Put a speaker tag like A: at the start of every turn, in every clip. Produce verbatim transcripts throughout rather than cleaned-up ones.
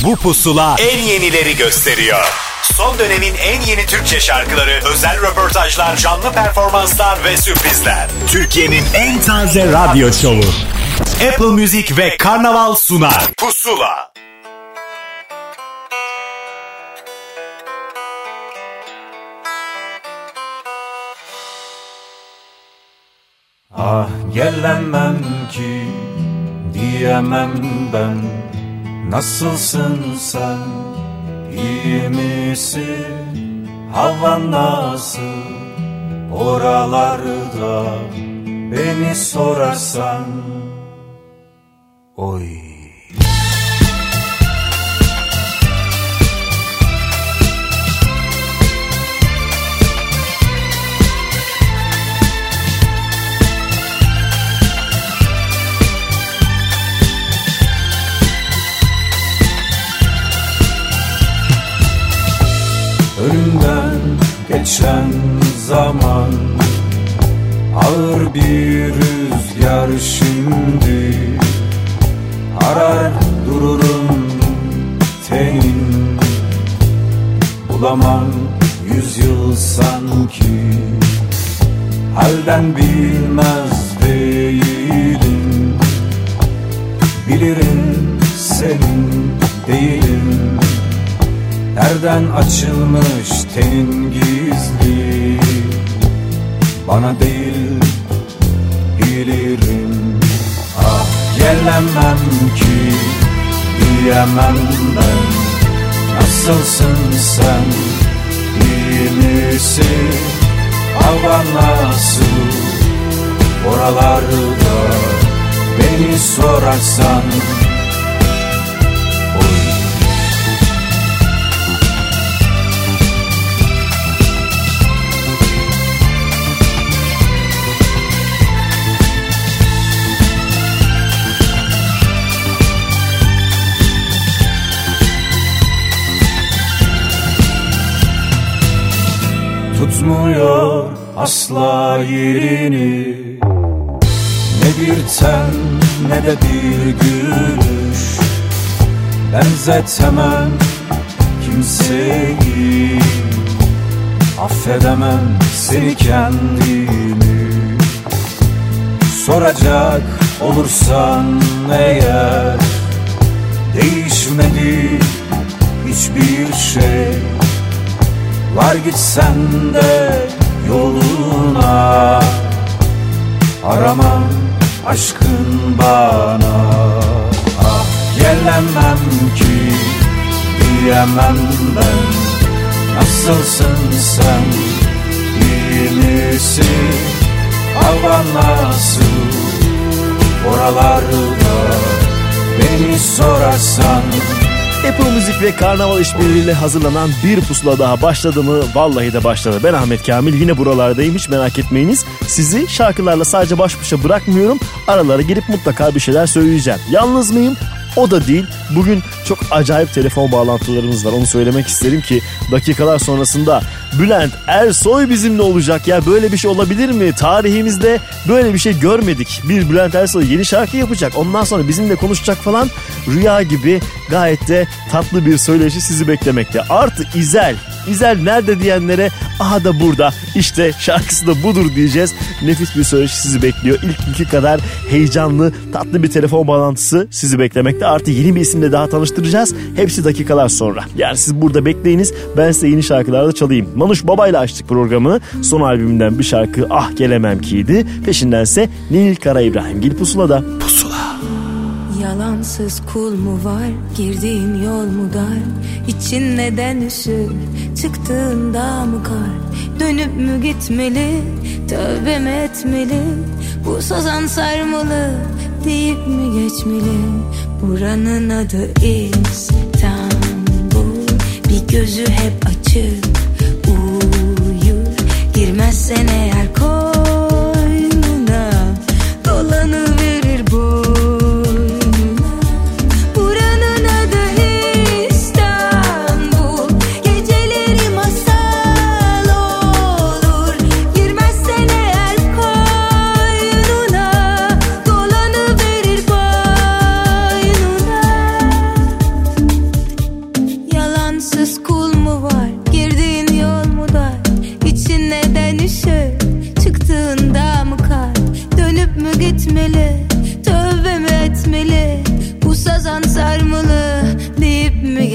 A: Bu pusula en yenileri gösteriyor. Son dönemin en yeni Türkçe şarkıları, özel röportajlar, canlı performanslar ve sürprizler. Türkiye'nin en taze radyo şovu. Apple Music ve Karnaval sunar. Pusula.
B: Ah gelemem ki diyemem ben, nasılsın sen, iyi misin, hava nasıl, oralarda beni sorarsan, oy. Önümden geçen zaman ağır bir rüzgar şimdi, arar dururum tenin, bulamam yüzyıl sanki, halden bilmez değilim, bilirim senin değilim. Nereden açılmış tenin gizli, bana değil bilirim. Ah gelemem ki diyemem ben, nasılsın sen, iyi misin, hava nasıl, oralarda beni sorarsan, tutmuyor asla yerini, ne bir ten ne de bir gülüş, benzetemem kimseyi, affedemem seni kendimi. Soracak olursan eğer, değişmedi hiçbir şey, var gitsen de yoluna, aramam aşkın bana. Ah gelemem ki diyemem ben, nasılsın sen, iyi misin, hava nasıl, oralarda beni sorarsan.
C: Apple Music ve Karnaval işbirliğiyle hazırlanan bir pusula daha başladı mı? Vallahi de başladı. Ben Ahmet Kamil, yine buralardayım, hiç merak etmeyiniz. Sizi şarkılarla sadece baş başa bırakmıyorum. Aralara girip mutlaka bir şeyler söyleyeceğim. Yalnız mıyım? O da değil. Bugün çok acayip telefon bağlantılarımız var. Onu söylemek isterim ki dakikalar sonrasında Bülent Ersoy bizimle olacak. Ya böyle bir şey olabilir mi? Tarihimizde böyle bir şey görmedik. Bir Bülent Ersoy yeni şarkı yapacak, ondan sonra bizimle konuşacak falan. Rüya gibi gayet de tatlı bir söyleşi sizi beklemekte. Artı İzel. İzel nerede diyenlere aha da burada. İşte şarkısı da budur diyeceğiz. Nefis bir söyleşi sizi bekliyor. İlk iki kadar heyecanlı, tatlı bir telefon bağlantısı sizi beklemekte. Artı yeni bir isimle daha tanıştıracağız. Hepsi dakikalar sonra. Yani siz burada bekleyiniz. Ben size yeni şarkılarda çalayım. Manuş Baba ile açtık programı. Son albümünden bir şarkı Ah Gelemem Ki'ydi. Peşindense Nil Kara İbrahimgil Pusula'da. Pusula.
D: Yalansız kul mu var, girdiğin yol mu dar, İçin neden üşür, çıktığında mı kar, dönüp mü gitmeli, tövbe mi etmeli, bu sazan sarmalı, deyip mi geçmeli, buranın adı İstanbul, bir gözü hep açık, uyur, girmezsen eğer koynuna, dolanıverir boy.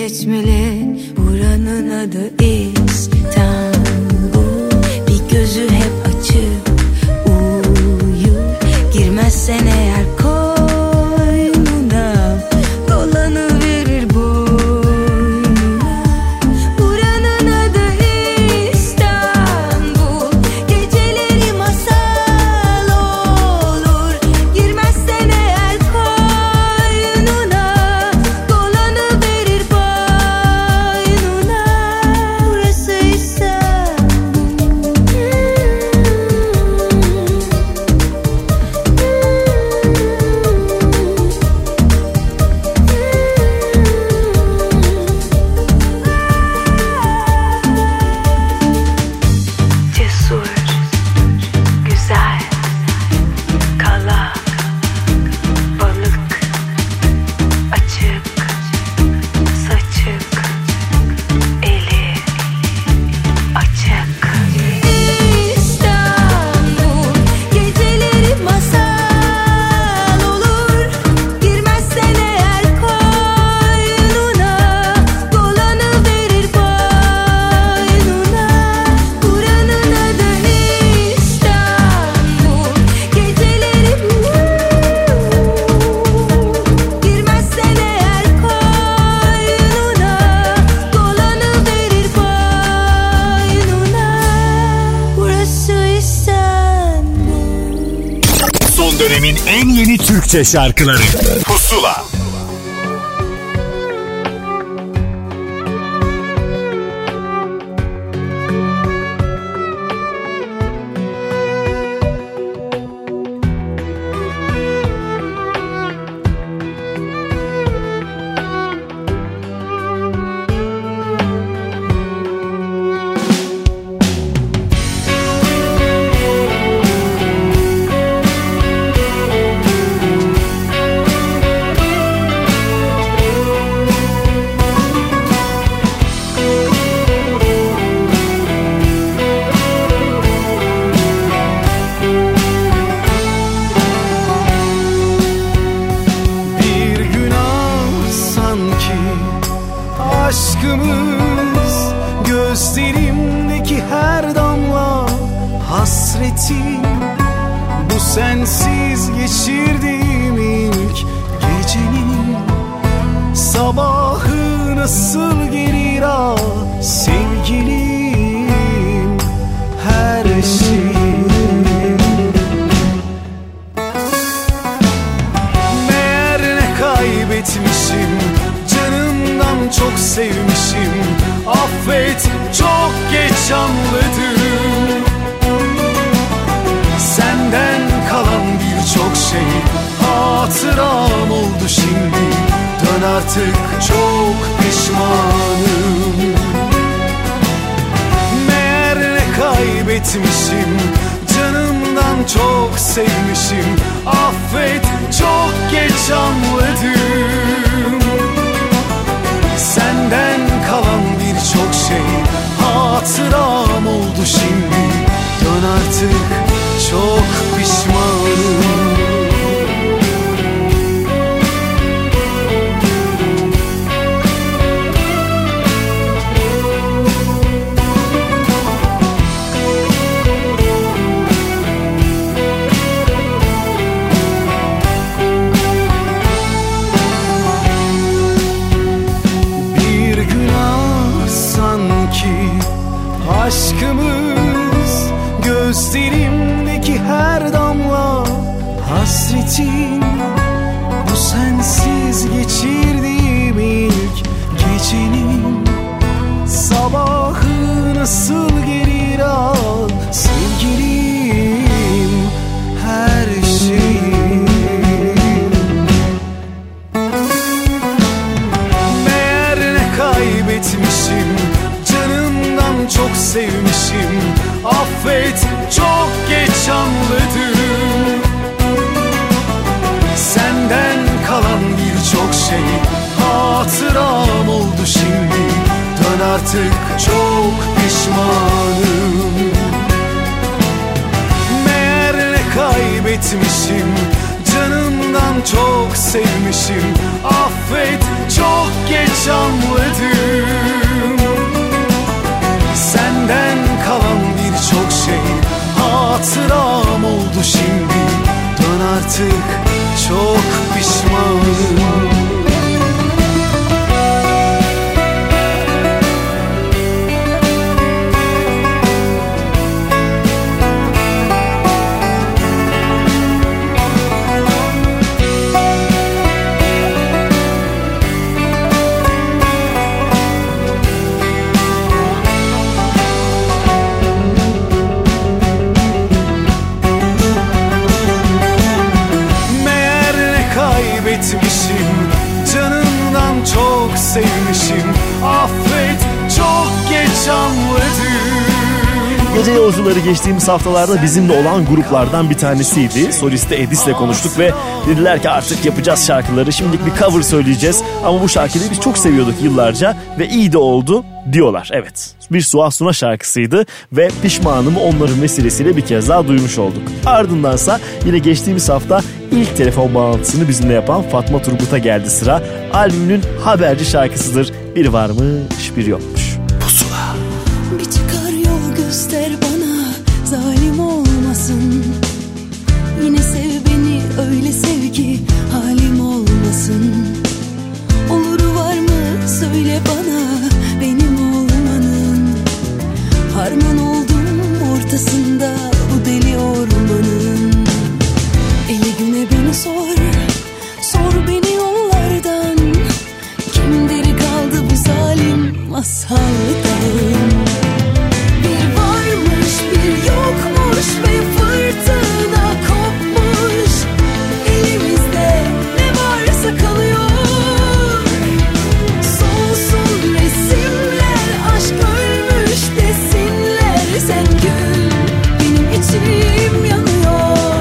D: geçmeli. Buranın adı İstanbul. Bir gözü hep açık uyur. Girmezsen eğer koynuna dolanıverir boynuna. Buranın adı İstanbul. Geceleri masal olur. Girmezsen eğer koynuna dolanıverir boynuna. Burası İstanbul. Cesur, güzel, kala, balık, açık, saçık, eli açık. İstanbul, geceleri masal olur. Girmezsen eğer koynuna dolanıverir boynuna. Buranın adı İstanbul. Geceleri girmezsen eğer koynuna dolanıverir boynuna. Burası İstanbul.
A: Son dönemin en yeni Türkçe şarkıları Pusula.
B: Bir günah sanki aşkımız, gözlerimdeki her damla hasretim. Bu sensiz geçirdiğim ilk gecenin sabahı nasıl gelir ah sevgilim, her şeyim. Meğer ne kaybetmişim, canımdan çok sevmişim. Affet, çok geç anladım. Senden kalan birçok şey hatıram oldu şimdi. Dön artık, çok pişmanım. Meğer ne kaybetmişim, canımdan çok sevmişim. Affet, çok geç anladım. Senden kalan birçok şey hatıram oldu şimdi. Dön artık, çok pişmanım. Bir günah sanki aşkımız, gözlerimdeki her damla hasretin. Bu sensiz geçirdiğim ilk gecenin sabahı nasıl gelir ah sevgilim, her şeyim. Meğer ne kaybetmişim, canımdan çok sevmişim. Affet, çok geç anladım. Senden kalan birçok şey hatıram oldu şimdi. Dön artık, çok pişmanım. Meğer ne kaybetmişim, canımdan çok sevmişim. Affet, çok geç geç anladım. Senden kalan birçok şey hatıram oldu şimdi. Dön artık, çok pişmanım. Etmişim, canımdan çok sevmişim. Affet, çok geç anladım.
C: Gece yolcuları geçtiğimiz haftalarda bizimle olan gruplardan bir tanesiydi. Solisti Edis'le konuştuk ve dediler ki artık yapacağız şarkıları. Şimdilik bir cover söyleyeceğiz ama bu şarkıyı biz çok seviyorduk yıllarca ve iyi de oldu diyorlar. Evet, bir Suha Suna şarkısıydı ve pişmanımı onların vesilesiyle bir kez daha duymuş olduk. Ardındansa yine geçtiğimiz hafta ilk telefon bağlantısını bizimle yapan Fatma Turgut'a geldi sıra. Albümünün haberci şarkısıdır. Bir varmış bir yokmuş. Pusula.
E: Bir çıkar yol göster bana, zalim olmasın. Yine sev beni, öyle sev ki halim olmasın. Oluru var mı söyle bana, benim olmanın. Harman oldum ortasında bu deli ormanın. Eli güne beni sor, sor beni yollardan. Kimdir kaldı bu zalim masaldan? Bir varmış bir yokmuş ve fırtına kopmuş. Elimizde ne varsa kalıyor. Solsun resimler, aşk ölmüş desinler. Sen gül, benim içim yanıyor.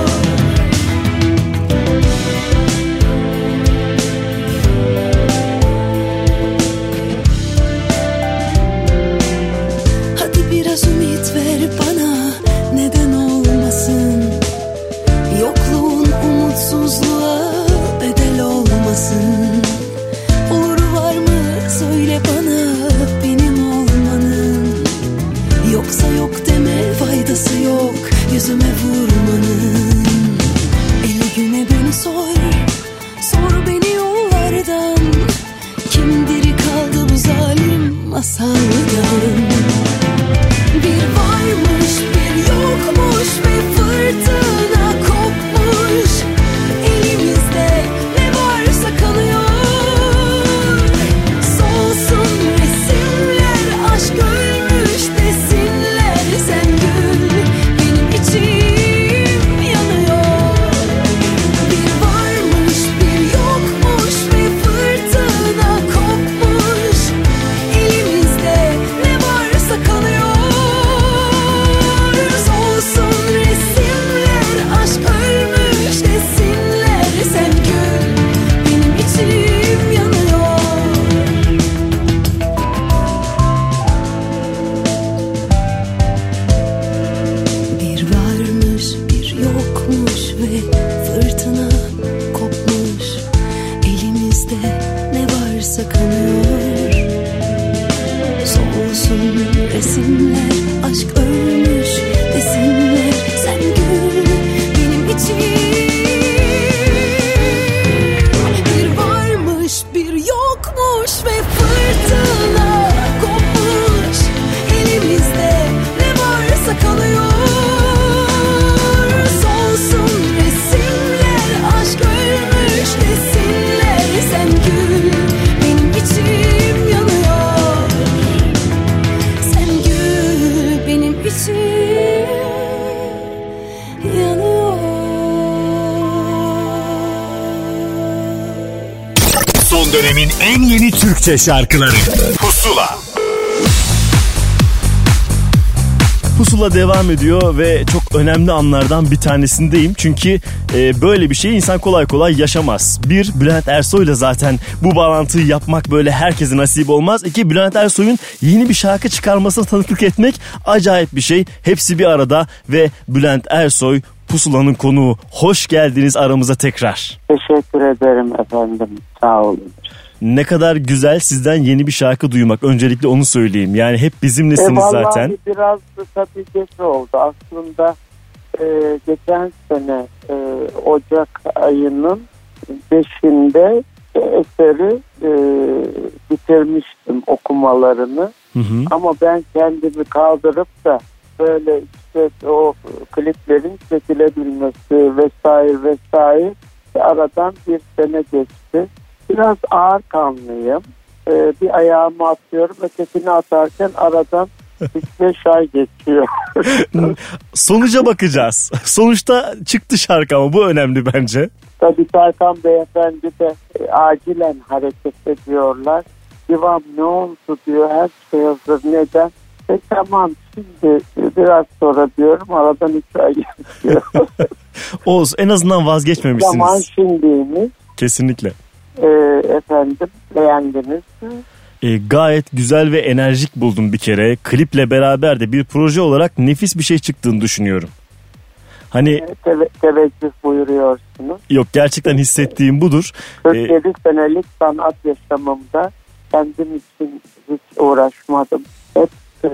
E: Hadi biraz ümit ver bana, neden olmasın? Yokluğun umutsuzluğa bedel olmasın. Oluru var mı söyle bana, benim olmanın. Yoksa yok deme, faydası yok yüzüme vurmanın. Eli güne beni sor, sor beni yollardan. Kimdir kaldı bu zalim masaldan? Bir varmış bir yokmuş ve fırtına kopmuş. Elimizde ne varsa kalıyor. Solsun resimler, aşk ölmüş desinler. Sen gül, benim içim yanıyor. Bir varmış bir yokmuş ve fırtına kopmuş. Elimizde ne varsa kalıyor. Solsun resimler, aşk ölmüş desinler. Sen gül, benim içim yanıyor. Bir varmış bir yokmuş ve fırtına kopmuş. Elimizde ne varsa kalıyor. Solsun resimler, aşk ölmüş desinler. Sen gül, benim içim. Bir varmış bir yokmuş ve fırtına kopmuş. Elimizde ne varsa kalıyor. Solsun resimler, aşk ölmüş desinler. Sen gül, benim içim yanıyor. Sen gül, benim içim yanıyor.
A: Son dönemin en yeni Türkçe şarkıları Pusula.
C: Pusula devam ediyor ve çok önemli anlardan bir tanesindeyim. Çünkü e, böyle bir şeyi insan kolay kolay yaşamaz. Bir, Bülent Ersoy'la zaten bu bağlantıyı yapmak böyle herkese nasip olmaz. İki, Bülent Ersoy'un yeni bir şarkı çıkarmasına tanıklık etmek acayip bir şey. Hepsi bir arada ve Bülent Ersoy Pusula'nın konuğu. Hoş geldiniz aramıza tekrar.
F: Teşekkür ederim efendim. Sağ olun.
C: Ne kadar güzel sizden yeni bir şarkı duymak. Öncelikle onu söyleyeyim. Yani hep bizimlesiniz
F: e,
C: zaten.
F: Biraz da tabii geç oldu. Aslında e, geçen sene e, Ocak ayının beşinde e, eseri e, bitirmiştim okumalarını. Hı hı. Ama ben kendimi kaldırıp da böyle işte o kliplerin çekilebilmesi vesaire vesaire aradan bir sene geçti. Biraz ağır kanlıyım. Ee, bir ayağımı atıyorum, ötekini atarken aradan üç beş ay geçiyor.
C: Sonuca bakacağız. Sonuçta çıktı şarkı ama bu önemli bence.
F: Tabii Tarkan Beyefendi de e, acilen hareket ediyorlar. Divan ne oldu diyor, her şey hazır, neden? E tamam şimdi biraz sonra diyorum, aradan üç ay geçiyor.
C: Oğuz, en azından vazgeçmemişsiniz.
F: Zaman şimdiymiş.
C: Kesinlikle.
F: E, efendim beğendiniz mi?
C: E, gayet güzel ve enerjik buldum bir kere. Kliple beraber de bir proje olarak nefis bir şey çıktığını düşünüyorum. Hani
F: e, te- teveccüh buyuruyorsunuz.
C: Yok, gerçekten hissettiğim budur.
F: kırk yedi ee, senelik sanat yaşamımda kendim için hiç uğraşmadım. Hep e,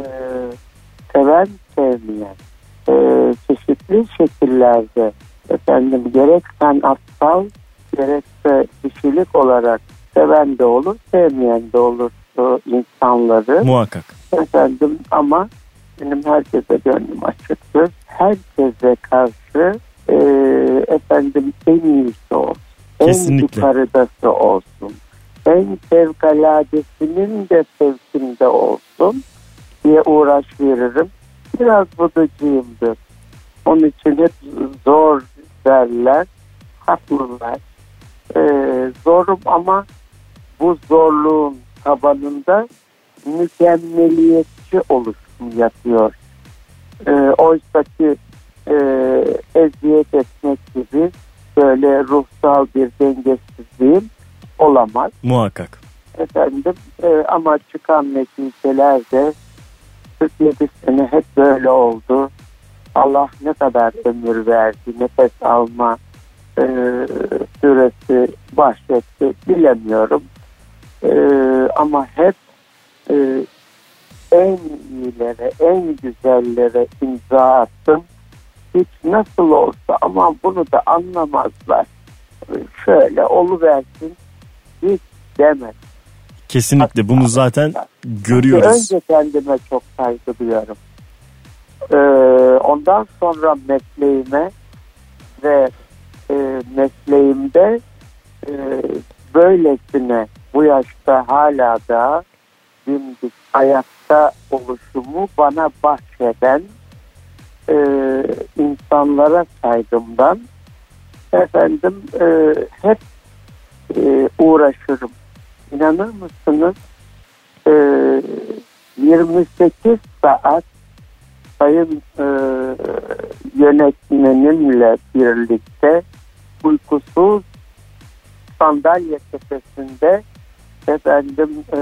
F: seven sevmeyen e, çeşitli şekillerde efendim gerek sanatsal gerekse kişilik olarak seven de olur, sevmeyen de olur o insanları.
C: Muhakkak.
F: Efendim ama benim herkese gönlüm açıktır. Herkese karşı e, efendim en iyisi olsun.
C: Kesinlikle.
F: En yukarıdası olsun. En fevkaladesinin de fevkinde olsun diye uğraş veririm. Biraz buducuyumdur. Onun için hep zor derler. Haklılar. Ee, zorum ama bu zorluğun tabanında mükemmeliyetçi oluşum yatıyor. Ee, oysa ki e, eziyet etmek gibi böyle ruhsal bir dengesizliğim olamaz.
C: Muhakkak.
F: Efendim e, ama çıkan neticeler de kırk yedi sene hep böyle oldu. Allah ne kadar ömür verdi, nefes alma e, süresi bahşetti bilemiyorum. E, ama hep e, en iyilere, en güzellere imza attım. Hiç nasıl olsa ama bunu da anlamazlar. Şöyle oluversin hiç demez.
C: Kesinlikle bunu zaten görüyoruz.
F: Önce kendime çok saygı duyuyorum. Ee, ondan sonra mesleğime ve e, mesleğimde e, böylesine bu yaşta hala da dimdik ayakta oluşumu bana bahşeden e, insanlara saygımdan efendim e, hep e, uğraşırım. İnanır mısınız? E, yirmi sekiz saat sayın e, yönetmenimle birlikte uykusuz sandalye tepesinde efendim e,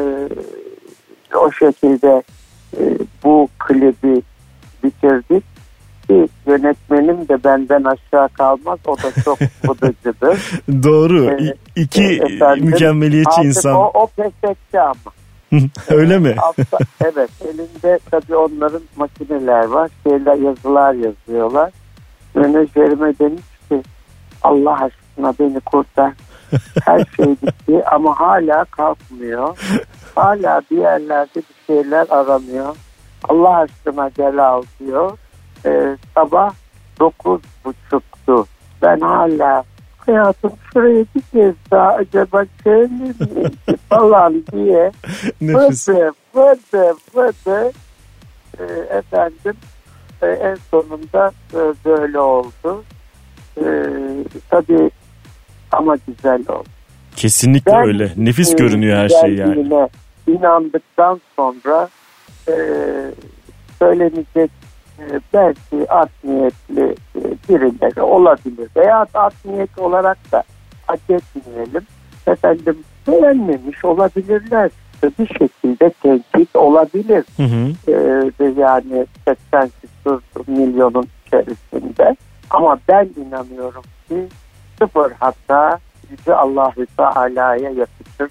F: o şekilde e, bu klibi bitirdik. Ki yönetmenim de benden aşağı kalmaz. O da çok buducudur.
C: Doğru.
F: Ee,
C: İki
F: efendim,
C: mükemmeliyetçi insan.
F: O, o pes etti ama.
C: Öyle mi?
F: Altta, evet. Elinde tabii onların makineler var. Şeyler, yazılar yazıyorlar. Menajerime demiş ki Allah aşkına beni kurtar. Her şey bitti ama hala kalkmıyor. Hala bir yerlerde bir şeyler aranıyor. Allah aşkına gel al diyor. Ee, sabah dokuz buçuktu. Ben hala hayatım şuraya bir kez daha acaba gelir miyim falan diye vıdı vıdı vıdı ee, efendim e, en sonunda e, böyle oldu. E, tabii ama güzel oldu.
C: Kesinlikle ben, öyle. Nefis e, görünüyor her şey yani.
F: İnandıktan sonra e, söylenecek e, belki art niyetli e, birileri olabilir. Veya art niyet olarak da hak etmeyelim. Efendim beğenmemiş olabilirler. Bir şekilde tenkit olabilir. Hı hı. E, yani seksen küsur milyonun içerisinde. Ama ben inanıyorum ki sıfır hata Yüce Allah-u Teala'ya yakışır.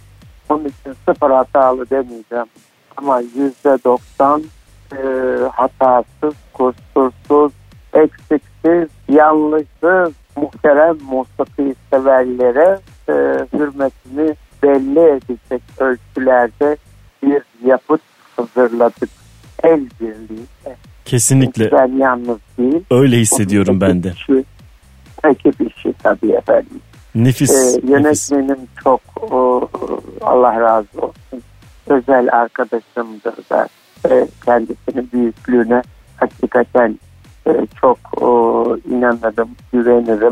F: Onun için sıfır hatalı demeyeceğim. Ama yüzde doksan e, hatasız, kusursuz, eksiksiz, yanlışsız, muhterem musiki severlere e, hürmetini belli edecek ölçülerde bir yapıt hazırladık. El birliğiyle.
C: Kesinlikle.
F: Ben yalnız değil.
C: Öyle hissediyorum ben de.
F: Işi, ekip işi tabii efendim.
C: Nefis.
F: Ee, yönetmenim nefis. Çok o, Allah razı olsun. Özel arkadaşımdır da e, kendisinin büyüklüğüne hakikaten e, çok o, inanırım, güvenirim.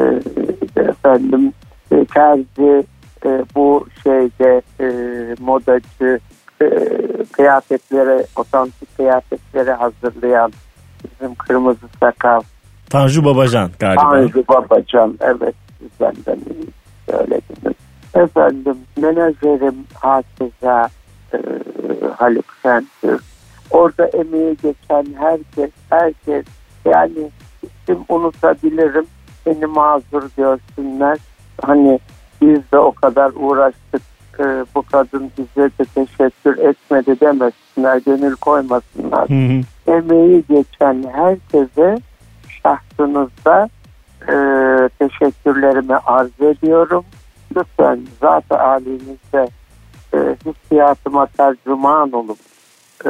F: E, efendim e, terzi e, bu şeyde e, modacı e, kıyafetlere, otantik kıyafetlere hazırlayan bizim Kırmızı Sakal
C: Tanju Babacan galiba.
F: Tanju Babacan, evet, sizden de söylediniz. Efendim menajerim Hafıza e, Haluk Şentürk. Orada emeği geçen herkes, herkes yani isim unutabilirim. Beni mazur görsünler. Hani biz de o kadar uğraştık. E, bu kadın bize de teşekkür etmedi demesinler. Gönül koymasınlar.
C: Hı hı.
F: Emeği geçen herkese şahsınızda e, teşekkürlerimi arz ediyorum. Lütfen zat-ı halinizde e, hissiyatıma tercüman olup e,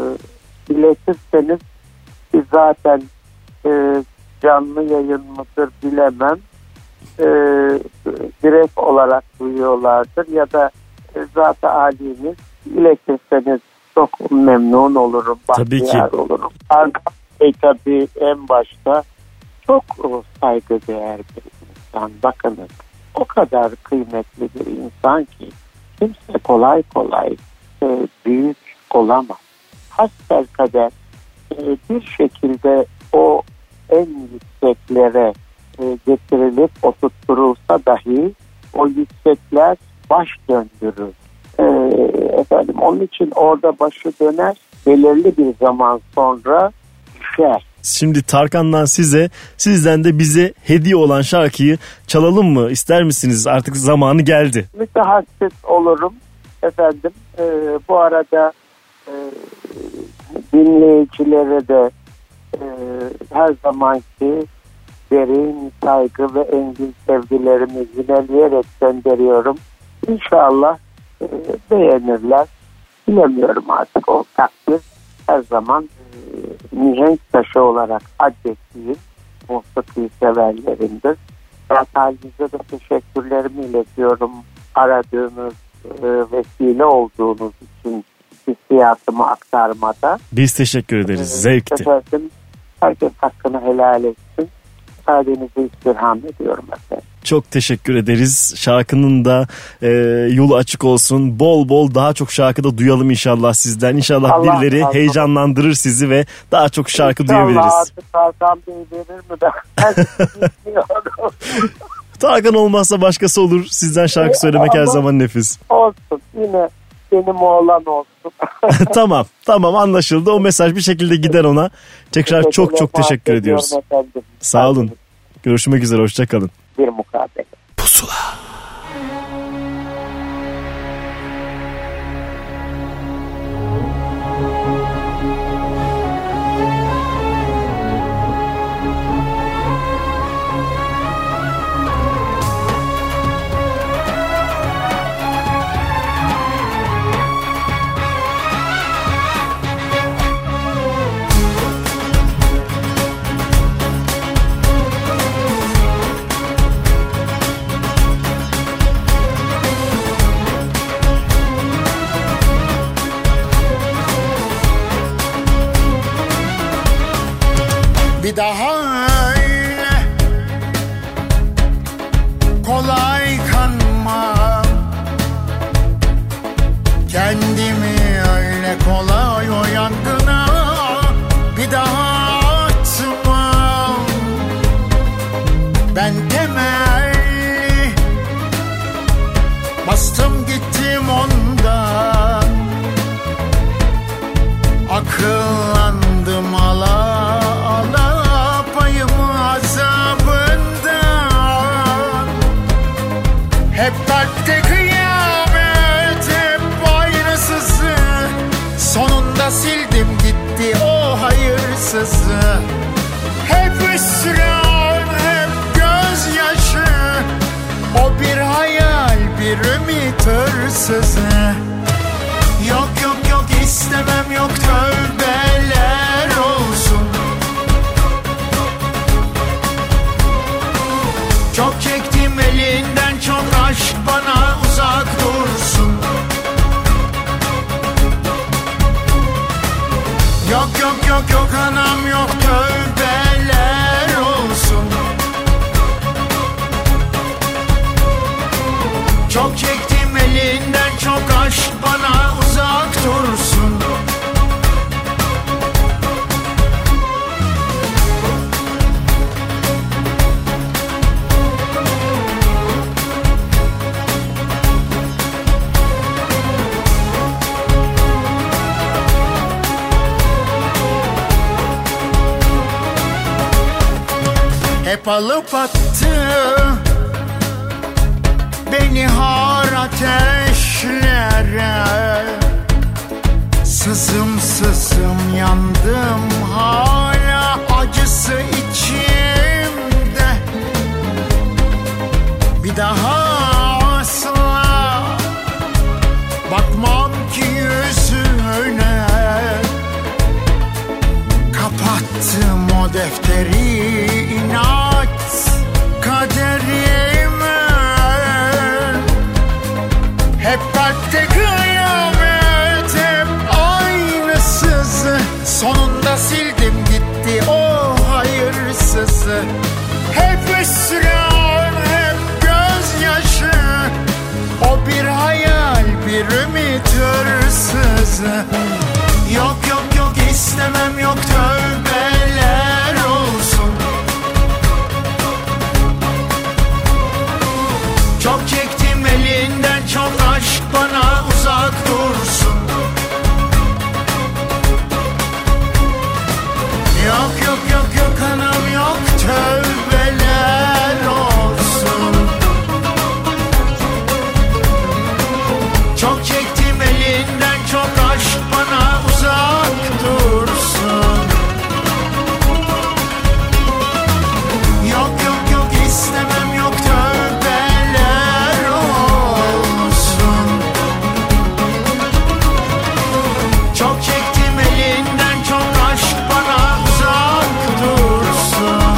F: iletirseniz ki zaten e, canlı yayın mıdır bilemem. E, direkt olarak duyuyorlardır ya da e, zat-ı haliniz iletirseniz çok memnun olurum, bahtiyar olurum. Arka Bey tabii en başta çok saygıdeğer bir insan. Bakınız o kadar kıymetli bir insan ki kimse kolay kolay e, büyük olamaz. Hasbelkader e, bir şekilde o en yükseklere e, getirilip oturtturulsa dahi o yüksekler baş döndürür. E, efendim onun için orada başı döner, belirli bir zaman sonra düşer.
C: Şimdi Tarkan'dan size, sizden de bize hediye olan şarkıyı çalalım mı? İster misiniz? Artık zamanı geldi.
F: Mütehassıs olurum efendim. E, bu arada e, dinleyicilere de e, her zamanki derin saygı ve engin sevgilerimi yineleyerek gönderiyorum. İnşallah e, beğenirler. Bilemiyorum artık, o takdir her zaman e, mihenk taşı olarak adettiğim musiki severlerindir. Hatalinize de teşekkürlerimi iletiyorum. Aradığınız e, vesile olduğunuz için hissiyatımı aktarmada.
C: Biz teşekkür ederiz. Zevkti.
F: Efendim, herkes hakkını helal etsin. Müsaadenizi istirham ediyorum efendim.
C: Çok teşekkür ederiz. Şarkının da e, yolu açık olsun. Bol bol daha çok şarkıda duyalım inşallah sizden. İnşallah Allah birileri Allah. heyecanlandırır sizi ve daha çok şarkı
F: İnşallah
C: duyabiliriz.
F: artık Tarkan Bey verir mi de?
C: Tarkan olmazsa başkası olur. Sizden şarkı söylemek her zaman nefis.
F: Olsun, yine benim oğlan olsun.
C: Tamam tamam anlaşıldı. O mesaj bir şekilde gider ona. Tekrar çok çok teşekkür ediyoruz.
F: Efendim.
C: Sağ olun. Görüşmek üzere. Hoşçakalın.
F: Bir mukabele.
A: Pusula.
G: Bir daha öyle kolay kanmam, kendimi öyle kolay o yangına bir daha atmam. Ben temelli bastım gittim ondan, akıllandım ala ala payımı azabından. Hep kalpte kıyamet, sızı. Hep isyan, hep gözyaşı. O bir hayal, bir ümit hırsızı. Yok yok yok istemem, yok tövbeler olsun. Çok çektim elinden, çok aşk bana uzak dursun. Yok yok yok yok anam, yok tövbeler olsun. Çok çektim elinden, çok aşk bana uzak dursun. Hep alıp attı beni har ateşlere. Sızım sızım yandım, hala acısı içimde. Bir daha asla bakmam ki yüzüne. Kapattım o defteri, inat kaderime. Hep kalpte kıyamet, hep aynısızı. Sonunda sildim gitti o hayırsızı. Hep isyan, hep gözyaşı. O bir hayal, bir ümit hırsızı. Yok yok yok istemem, yok tövbeler olsun. Çok çektim elinden, çok aşk bana uzak dursun. Yok yok yok yok anam, yok tövbeler olsun. Çok çektim elinden, çok aşk bana uzak dursun. Yok yok yok istemem, yok tövbeler olsun. Çok çektim elinden, çok aşk bana uzak dursun.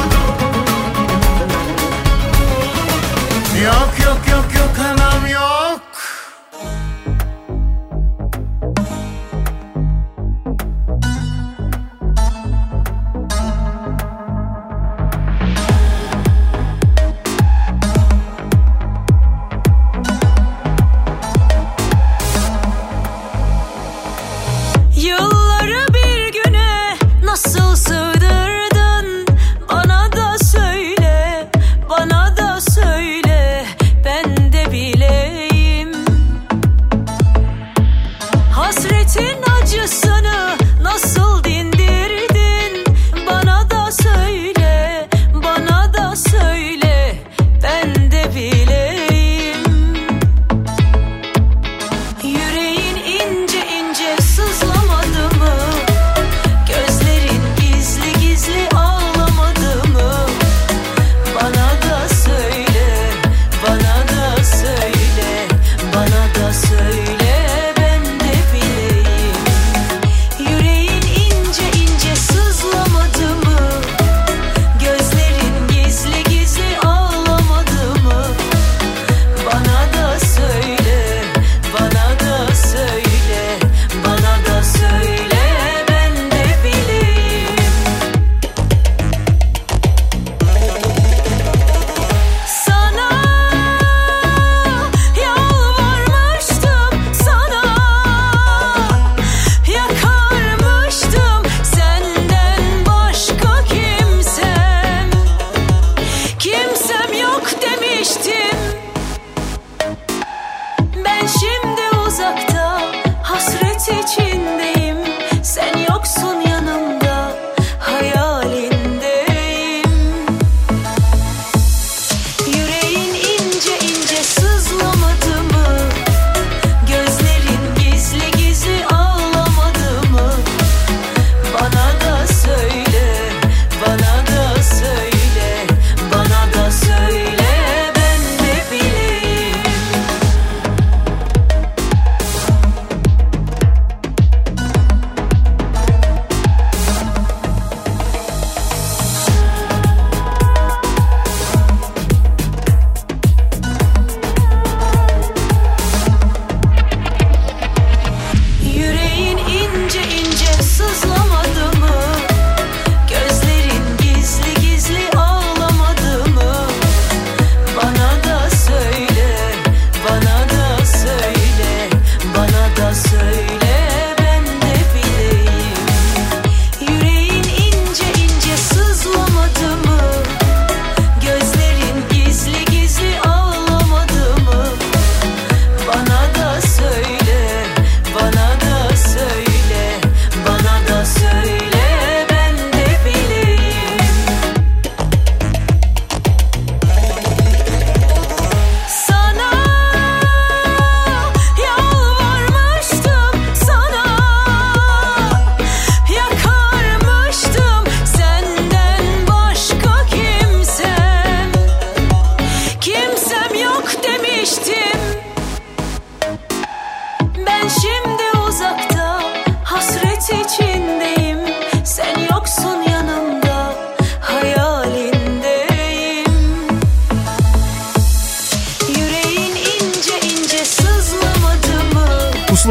G: Yok yok yok yok anam, yok.
E: Yılları bir güne nasıl sığdırdın? Bana da söyle, bana da söyle, ben de bileyim. Hasretin acısını nasıl dindirdin? Bana da söyle, bana da söyle, ben de bileyim. Yüreğin ince ince sızlamadı mı? Gözlerin gizli gizli ağlamadı mı? Bana da söyle, bana da söyle, bana da söyle, ben de bileyim. Yüreğin ince ince sızlamadı mı? Gözlerin gizli gizli ağlamadı mı? Bana da söyle, bana da söyle, bana da söyle, ben de bileyim. Sana yalvarmıştım, sana yakarmıştım, senden başka kimsem, kimsem yok demiştim. Ben şimdi uzakta, hasret içindeyim. Sen yoksun yanımda, hayalindeyim. Yüreğin ince ince sızlamadı mı? Gözlerin gizli gizli ağlamadı mı? Bana da söyle,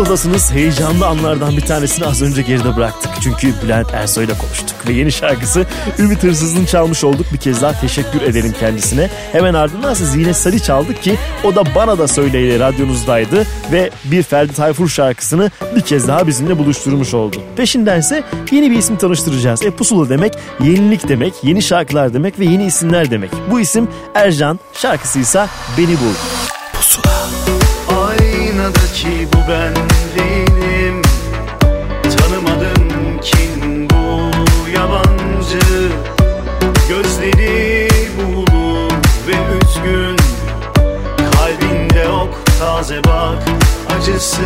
C: Pusuladasınız. Heyecanlı anlardan bir tanesini az önce geride bıraktık. Çünkü Bülent Ersoy ile konuştuk. Ve yeni şarkısı Ümit Hırsız'ın çalmış olduk. Bir kez daha teşekkür edelim kendisine. Hemen ardından ise Zine Sarı çaldık ki o da Bana Da Söyleyle radyonuzdaydı. Ve bir Ferdi Tayfur şarkısını bir kez daha bizimle buluşturmuş oldu. Peşindense yeni bir isim tanıştıracağız. E pusula demek yenilik demek, yeni şarkılar demek ve yeni isimler demek. Bu isim Ercan, şarkısıysa Beni Bul. Pusula.
B: Aynadaki bu ben değilim, tanımadım kim bu yabancı. Gözleri buğulu ve üzgün, kalbinde ok taze bak acısı.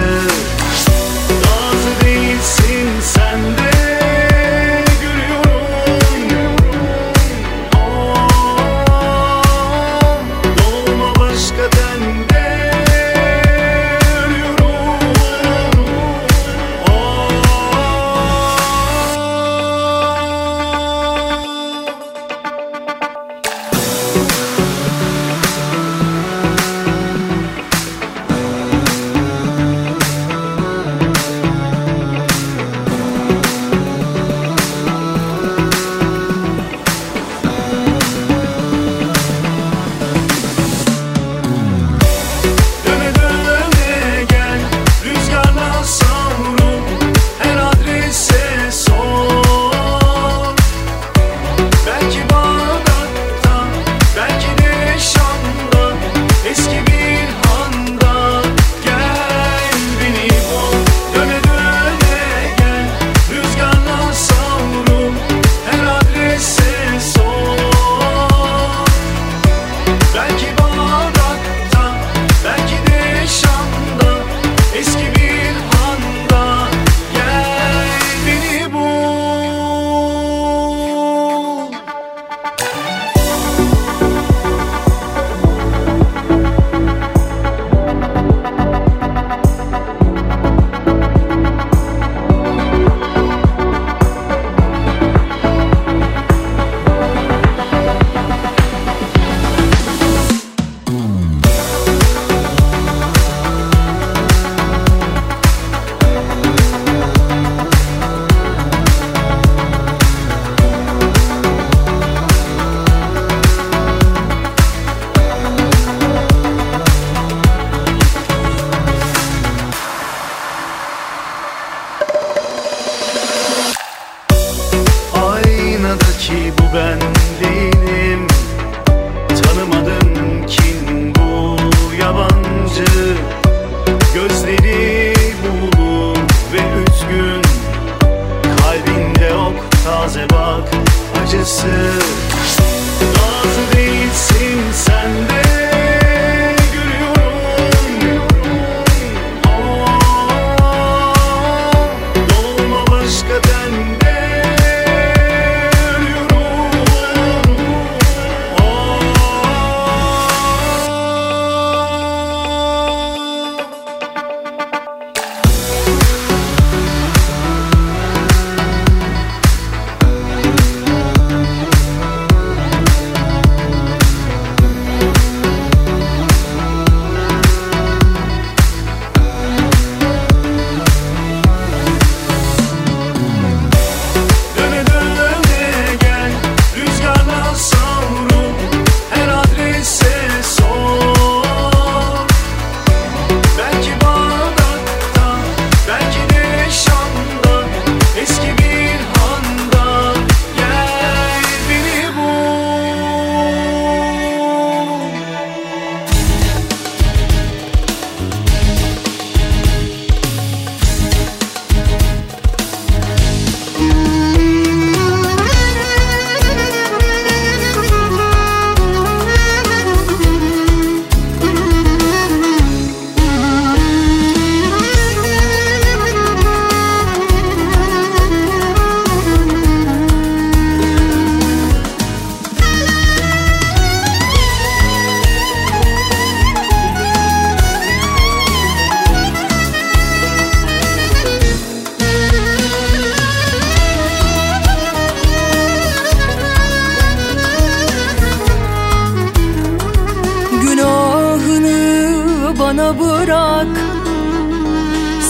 B: Razı değilsin sen de görüyorum. Aa, dolma başka dende.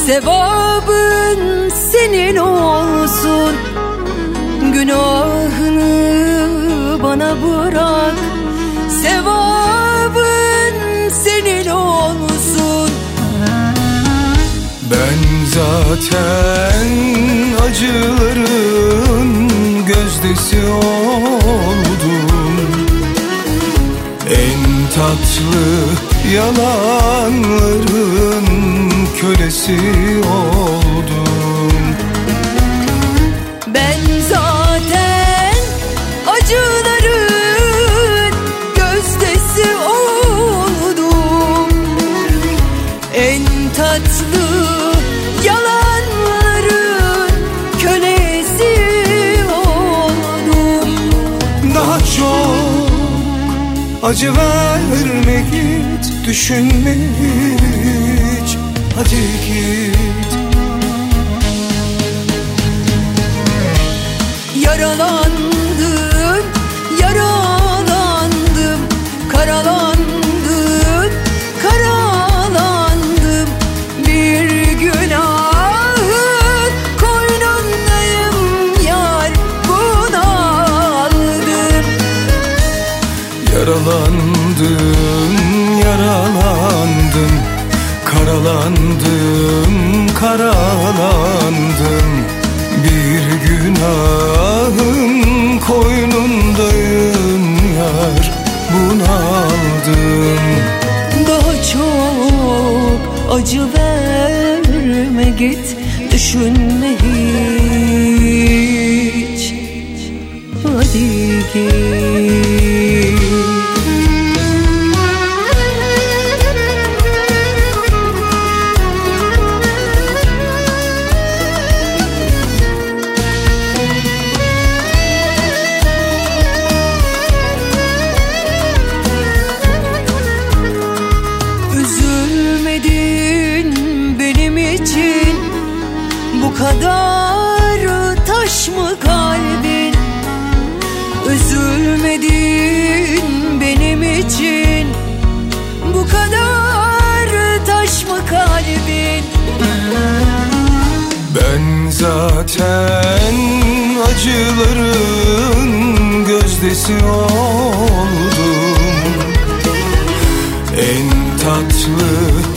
D: Sevabın senin olsun, günahını bana bırak. Sevabın senin olsun.
H: Ben zaten acıların gözdesi oldum. En tatlı yalanların kölesi oldum.
D: Ben zaten acıların gözdesi oldum. En tatlı yalanların kölesi oldum.
H: Daha çok acı verme git, düşünme hiç, hadi git.
D: Yaralandım, yaralandım, karalandım, karalandım. Bir günahın koynundayım yar, bunaldım.
H: Yaralandım, yaralandım, karalandım, karalandım. Bir günahın koynundayım yar, bunaldım.
D: Daha çok acı verme git, düşünme hiç, hadi git. Bu kadar taş mı kalbin? Üzülmedin benim için. Bu kadar taş mı kalbin?
H: Ben zaten acıların gözdesi oldum. En tatlı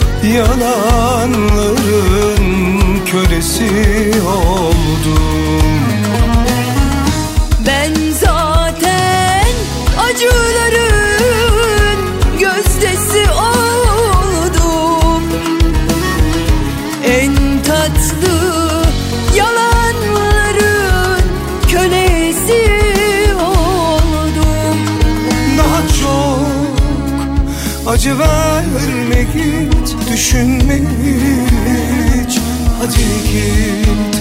H: yalanların kölesi oldum.
D: Ben zaten acıların gözdesi oldum. En tatlı yalanların kölesi oldum.
H: Daha çok acı verme git, düşünme hiç, hadi git.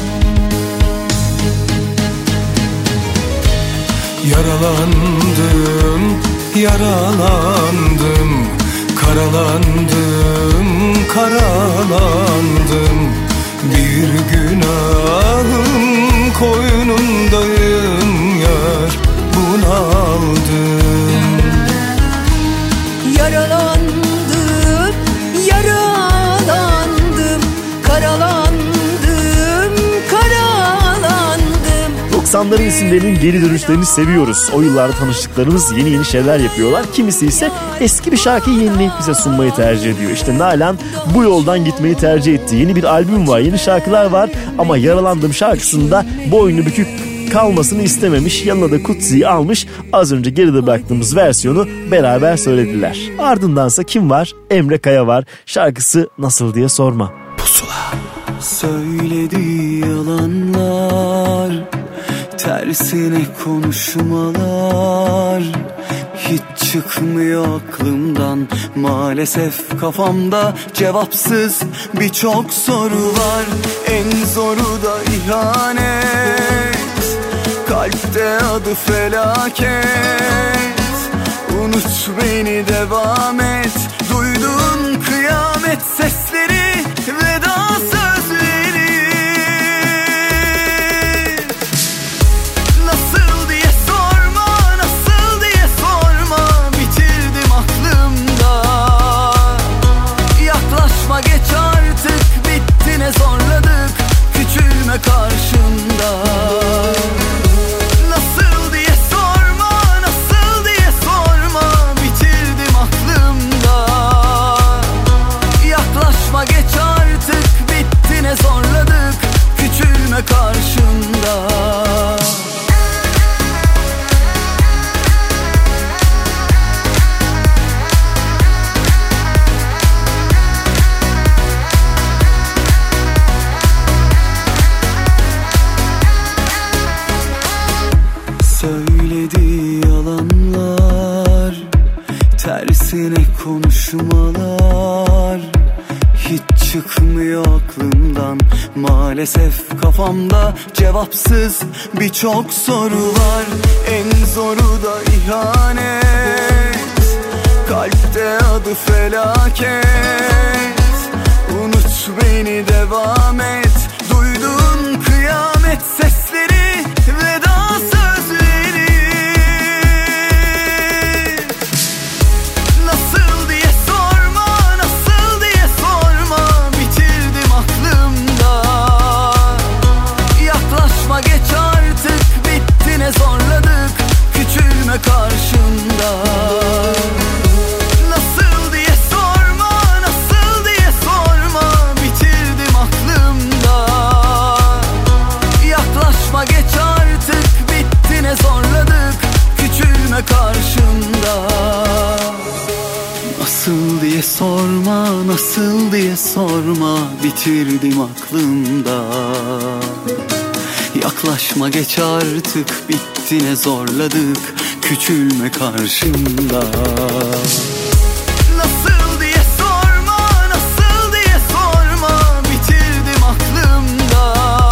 H: Yaralandım, yaralandım, karalandım, karalandım. Bir günahın koynundayım yar, bunaldım.
D: Yaralandım, yaralandım, karalandım, karalandım.
C: doksanların isimlerinin geri dönüşlerini seviyoruz. O yıllarda tanıştıklarımız yeni yeni şeyler yapıyorlar. Kimisi ise eski bir şarkıyı yenileyip bize sunmayı tercih ediyor. İşte Nalan bu yoldan gitmeyi tercih etti. Yeni bir albüm var, yeni şarkılar var ama Yaralandım şarkısında boynu bükük kalmasını istememiş. Yanına da Kutsi'yi almış. Az önce geride bıraktığımız versiyonu beraber söylediler. Ardındansa kim var? Emre Kaya var. Şarkısı nasıl diye sorma. Pusula.
I: Söylediği yalanlar, tersine konuşmalar hiç çıkmıyor aklımdan. Maalesef kafamda cevapsız birçok soru var. En zoru da ihanet, kalpte adı felaket. Unut beni, devam et. Duydun kıyamet sesleri, veda sözleri. Nasıl diye sorma, nasıl diye sorma. Bitirdim aklımda. Yaklaşma, geç artık, bitti ne zor. karşımda. Söylediği yalanlar, tersine konuşmalar hiç çıkmıyor aklımdan. Maalesef kafamda cevapsız birçok soru var. En zoru da ihanet, kalpte adı felaket. Unut beni, devam et. Duyduğun kıyamet sesleri, veda sözleri. Nasıl diye sorma, nasıl diye sorma, bitirdim aklımda. Yaklaşma, geç artık, bitti ne zorladık, küçülme karşımda. Nasıl diye sorma, nasıl diye sorma, bitirdim aklımda. Yaklaşma, geç artık, bitti ne zorladık, küçülme karşımda. Nasıl diye sorma, nasıl diye sorma, bitirdim aklımda. Yaklaşma, geç artık, bitti ne zorladık, küçülme karşımda. Nasıl diye sorma, nasıl diye sorma, bitirdim aklımda.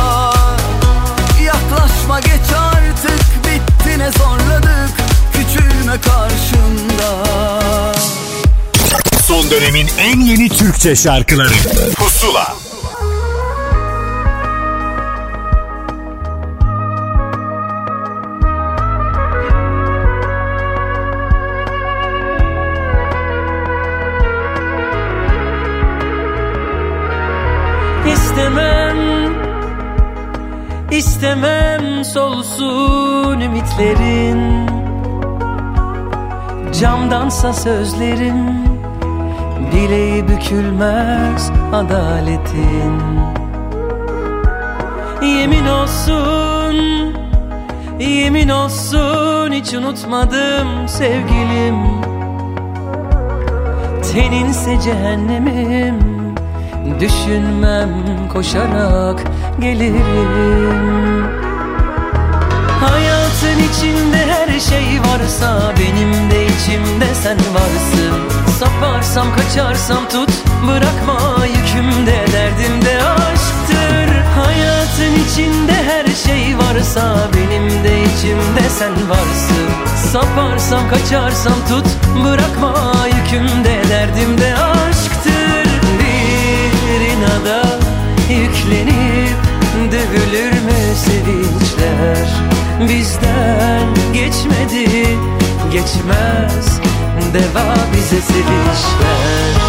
I: Yaklaşma, geç artık, bitti ne zorladık, küçülme karşımda.
A: Son dönemin en yeni Türkçe şarkıları Pusula.
J: İstemem, istemem solsun ümitlerin. Camdansa sözlerim, bileği bükülmez adaletin. Yemin olsun, yemin olsun hiç unutmadım sevgilim. Teninse cehennemim, düşünmem, koşarak gelirim. Hayatın içinde her şey varsa, benim de içimde sen varsın. Saparsam, kaçarsam tut, bırakma, yükümde, derdimde aşktır. Hayatın içinde her şey varsa, benim de içimde sen varsın. Saparsam, kaçarsam tut, bırakma, yükümde, derdimde aşktır. Bir inada yüklenip dövülür mü sevinçler? Bizden geçmedi, geçmez, deva bize sevinçler.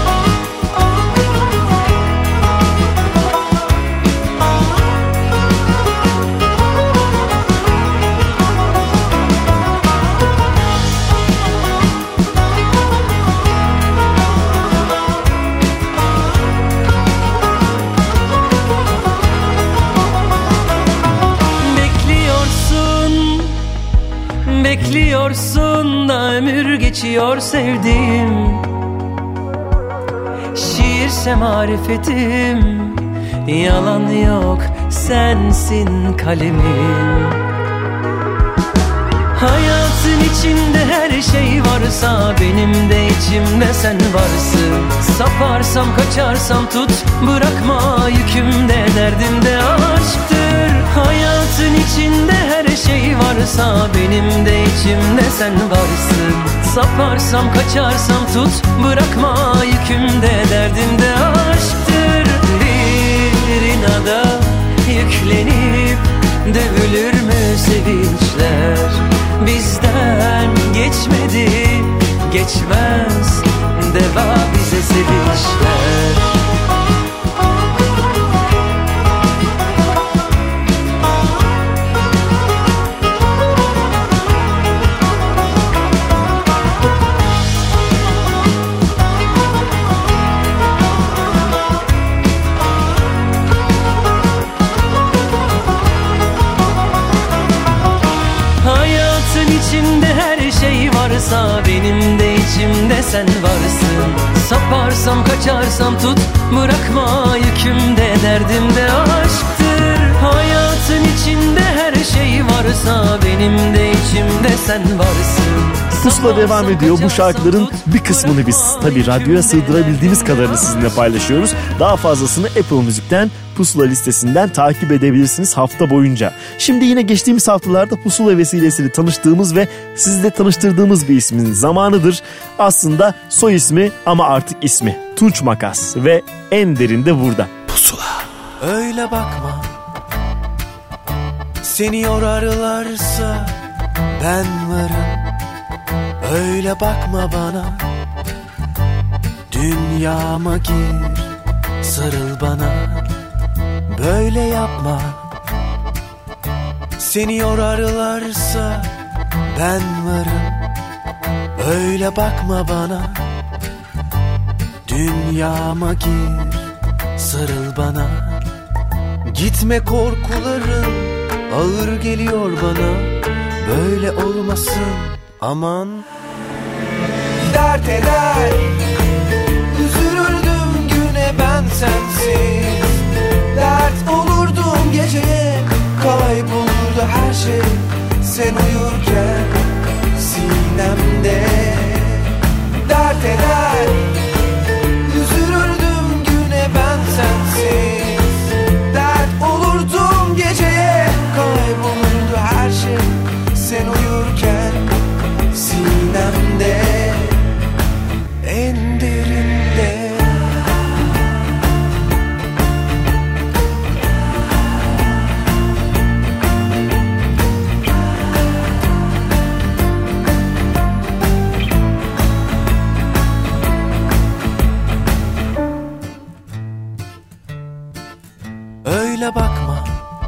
J: Bekliyorsun da ömür geçiyor sevdiğim. Şiirse marifetim, yalan yok, sensin kalemim. Hayatın içinde her şey varsa, benim de içimde sen varsın. Saparsam, kaçarsam tut, bırakma, yükümde, derdimde aşktır. Hayatın içinde her şey varsa, benim de içimde sen varsın. Saparsam, kaçarsam tut, bırakma, yükümde, derdimde aşktır. Bir inada yüklenip dövülür mü sevinçler? Bizden geçmedi, geçmez, deva bize sevinçler. içimde sen varsın. Saparsam kaçarsam tut bırakma, yükümde derdimde aşktır. Hayatın içinde her şey varsa benim de içimde sen varsın.
C: Pusula devam ediyor. Bu şarkıların bir kısmını biz tabii radyoya sığdırabildiğimiz kadarını sizinle paylaşıyoruz. Daha fazlasını Apple Müzik'ten, Pusula listesinden takip edebilirsiniz hafta boyunca. Şimdi yine geçtiğimiz haftalarda Pusula vesilesiyle tanıştığımız ve sizle tanıştırdığımız bir ismin zamanıdır. Aslında soy ismi ama artık ismi Tunç Makas ve en derinde burada.
H: Pusula.
I: Öyle bakma, seni yorarlarsa ben varım. Öyle bakma bana, dünyama gir, sarıl bana. Böyle yapma, seni yorarlarsa ben varım. Öyle bakma bana, dünyama gir, sarıl bana. Gitme, korkuların ağır geliyor bana. Böyle olmasın aman. Dert eder, üzülürdüm güne ben sensiz. Dert olurdum geceye, kaybolurdu her şey. Sen uyurken sinemde. Dert eder, üzülürdüm güne ben sensiz. Dert olurdum geceye, kaybolurdu her şey. Sen uyurken sinemde, en derinde. Öyle bakma,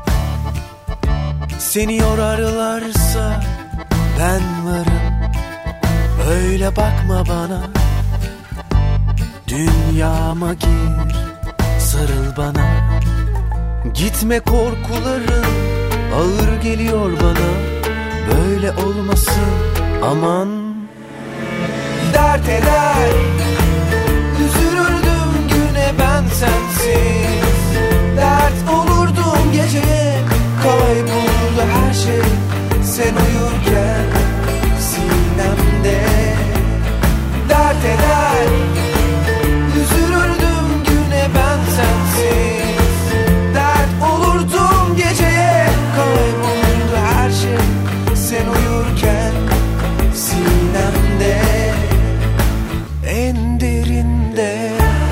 I: seni yorarlarsa ben varım. Öyle bakma bana, dünyama gir, sarıl bana. Gitme, korkuların ağır geliyor bana. Böyle olmasın aman. Dert eder, üzülürdüm güne ben sensiz. Dert olurdum geceye, kaybolurdu her şey. Sen uyurken sinemde. Dert eder, üzülürdüm güne ben sensiz. Dert olurdum geceye, kaybolurdu her şey. Sen uyurken sinemde, en derinde.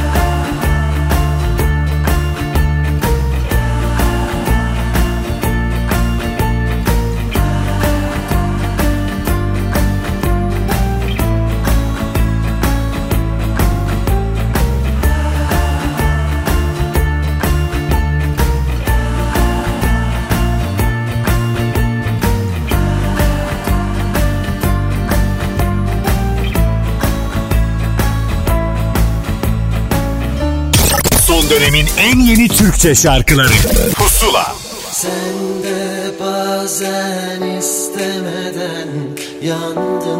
A: Son dönemin en yeni Türkçe şarkıları Pusula.
K: Sen de bazen istemeden yandın,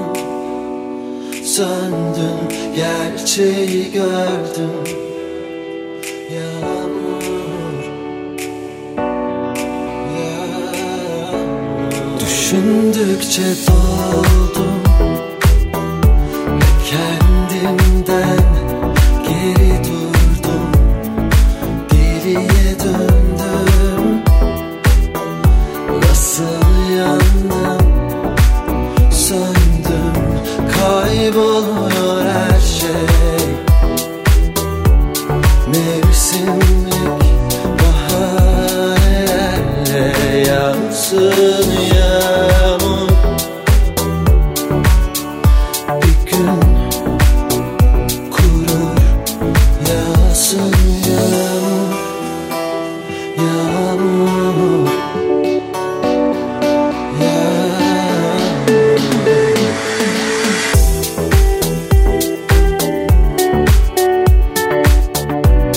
K: söndün, gerçeği gördüm. Yağmur, yağmur. Düşündükçe doldum ve kendimden geri durdum. Geriye döndüm, nasıl yandım, söndüm, kayboluyor her şey. Mevsimlik bahanelerle yansın yağmur. Bir gün kurur, yağsın yağmur, yağmur,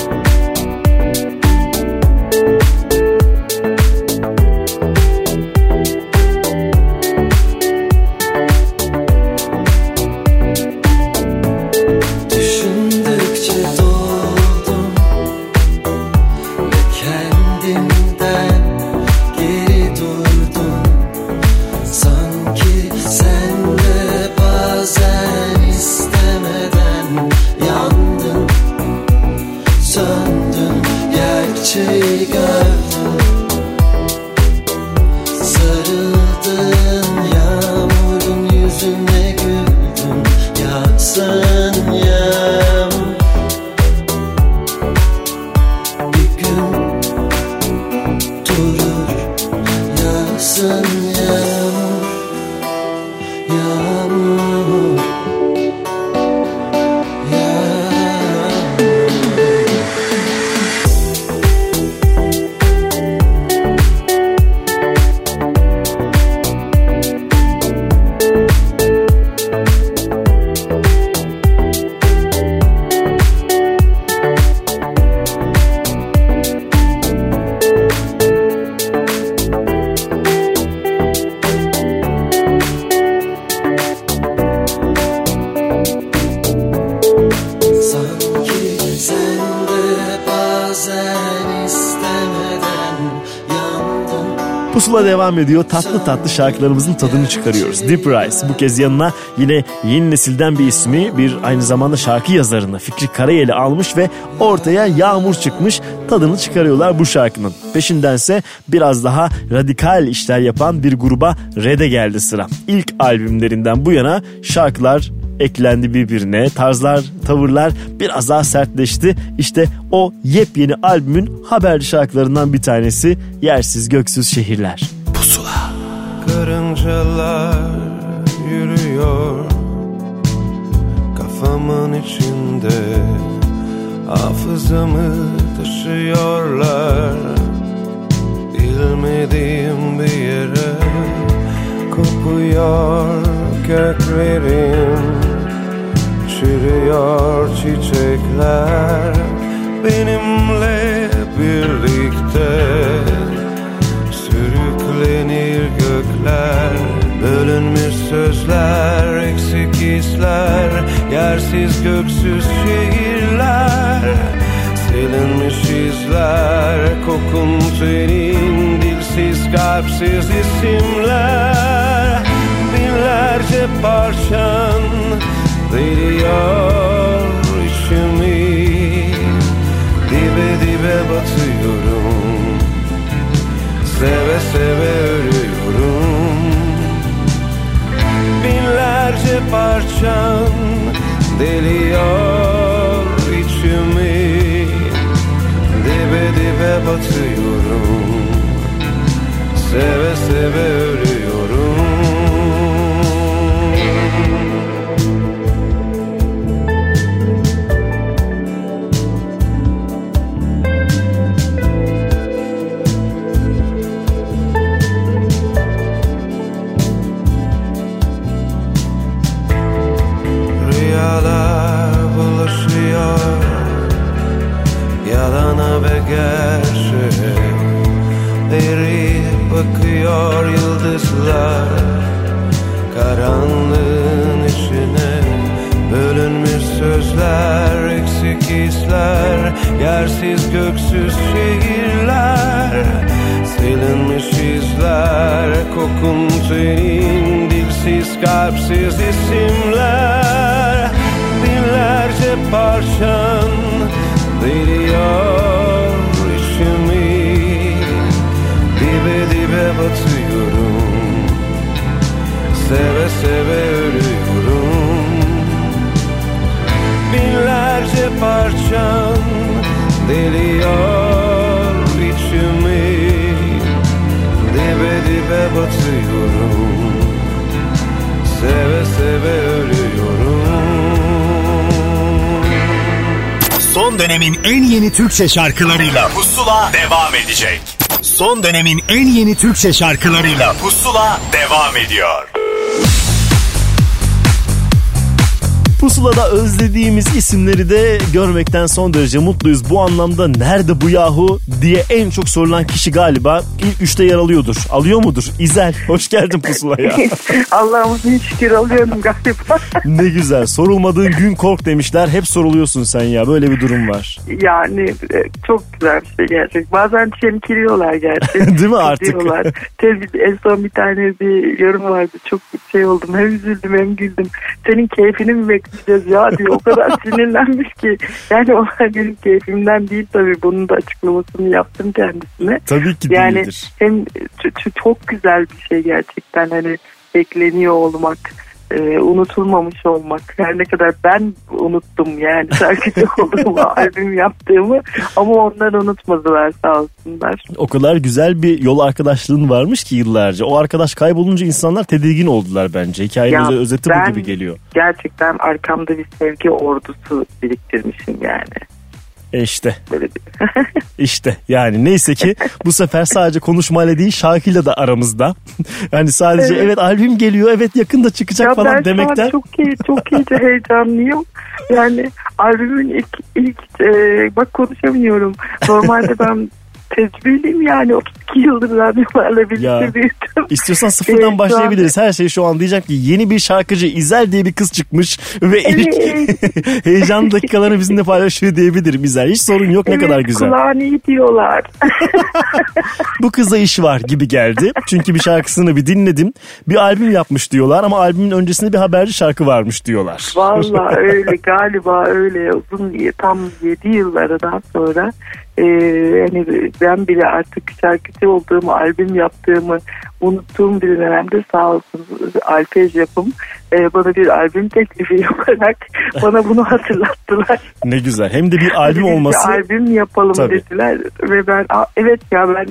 K: yağmur. yağsın yağmur, yağmur,
C: Pusula devam ediyor. Tatlı tatlı şarkılarımızın tadını çıkarıyoruz. Deep Rise. Bu kez yanına yine yeni nesilden bir ismi, bir aynı zamanda şarkı yazarını Fikri Karayel'i almış ve ortaya Yağmur çıkmış. Tadını çıkarıyorlar bu şarkının. Peşindense biraz daha radikal işler yapan bir gruba Red'e geldi sıra. İlk albümlerinden bu yana şarkılar eklendi birbirine, tarzlar, tavırlar biraz daha sertleşti. İşte o yepyeni albümün haberli şarkılarından bir tanesi Yersiz Göksüz Şehirler. Pusula.
H: Karıncalar yürüyor kafamın içinde, hafızamı taşıyorlar bilmediğim bir yere. Kopuyor köklerim, çürüyor çiçekler benimle birlikte. Sürüklenir gökler, bölünmüş sözler, eksik hisler, yersiz göksüz şehirler. Silinmiş izler, kokun tenin, dilsiz kalpsiz isimler. Binlerce parçan veriyor içimi, dibe dibe batıyorum, seve seve ölüyorum. Binlerce parçan deliyor içimi, dibe dibe batıyorum, seve seve ölüyorum. Rüyalar buluşuyor, yalana ve gerçeğe. Eriyip bakıyor yıldızlar karanlığın içine. Bölünmüş sözler, eksik hisler, yersiz göksüz şehirler. Silinmiş izler, kokun tenin, dilsiz kalpsiz isimler. Binlerce parçan veriyor içimi, dibe dibe batıyorum, seve seve ölüyorum. Binlerce parçan deliyor içimi, dibe dibe batıyorum, seve seve ölüyorum.
A: Son dönemin en yeni Türkçe şarkılarıyla Pusula devam edecek. Son dönemin en yeni Türkçe şarkılarıyla Pusula devam ediyor.
C: Pusula'da özlediğimiz isimleri de görmekten son derece mutluyuz. Bu anlamda nerede bu yahu diye en çok sorulan kişi galiba ilk üçte yer alıyordur. Alıyor mudur? İzel, hoş geldin Pusula'ya.
F: Allah'ımızın şükür alıyorum galiba.
C: Ne güzel. Sorulmadığın gün kork demişler. Hep soruluyorsun sen ya. Böyle bir durum var.
F: Yani çok güzel bir şey gerçek. Bazen çemkiriyorlar gerçekten.
C: Değil mi artık?
F: Tabii en son bir tane bir yorum vardı. Çok şey oldum. Hem üzüldüm hem güldüm. Senin keyfini mi bekleyeceğiz ya diyor. O kadar sinirlenmiş ki. Yani o benim keyfimden değil tabii. Bunun da açıklamasını yaptım kendisine.
C: Tabii ki
F: yani
C: değildir.
F: Hem çok güzel bir şey gerçekten. Hani bekleniyor olmak. e, unutulmamış olmak. Her ne kadar ben unuttum yani şarkıcı olduğumu, albüm yaptığımı, ama onlar unutmadılar sağ olsunlar.
C: O kadar güzel bir yol arkadaşlığın varmış ki yıllarca. O arkadaş kaybolunca insanlar tedirgin oldular bence. Hikayenin
F: Ya,
C: özeti bu gibi geliyor.
F: Gerçekten arkamda bir sevgi ordusu biriktirmişim yani.
C: E işte. İşte yani neyse ki bu sefer sadece konuşmayla değil şarkıyla da aramızda. Yani sadece evet, evet albüm geliyor, evet yakında çıkacak
F: ya
C: falan demekten.
F: Ben çok iyi, çok iyice heyecanlıyım. Yani albümün ilk, ilk e, bak konuşamıyorum. Normalde ben tecrübeliyim yani otuz iki yıldır radyolarla birlikte büyüdüm.
C: İstiyorsan sıfırdan
F: ee,
C: başlayabiliriz. Her şey şu an diyecek ki yeni bir şarkıcı İzel diye bir kız çıkmış ve ilk
F: evet.
C: heyecan dakikalarını bizimle paylaşıyor diyebilirim İzel. Hiç sorun yok, ne
F: evet,
C: kadar güzel.
F: Kulağını iyi diyorlar.
C: Bu kıza iş var gibi geldi. Çünkü bir şarkısını bir dinledim. Bir albüm yapmış diyorlar ama albümün öncesinde bir haberci şarkı varmış diyorlar.
F: Vallahi öyle galiba öyle uzun tam yedi yıllardan sonra Ee, yani ben bile artık şarkıcı olduğumu, albüm yaptığımı unuttuğum bir dönemde sağ olsun Alpej Yapım e, bana bir albüm teklifi yaparak bana bunu hatırlattılar.
C: Ne güzel. Hem de bir albüm
F: Hadi
C: olması.
F: Bir albüm yapalım Tabii. dediler ve ben evet ya ben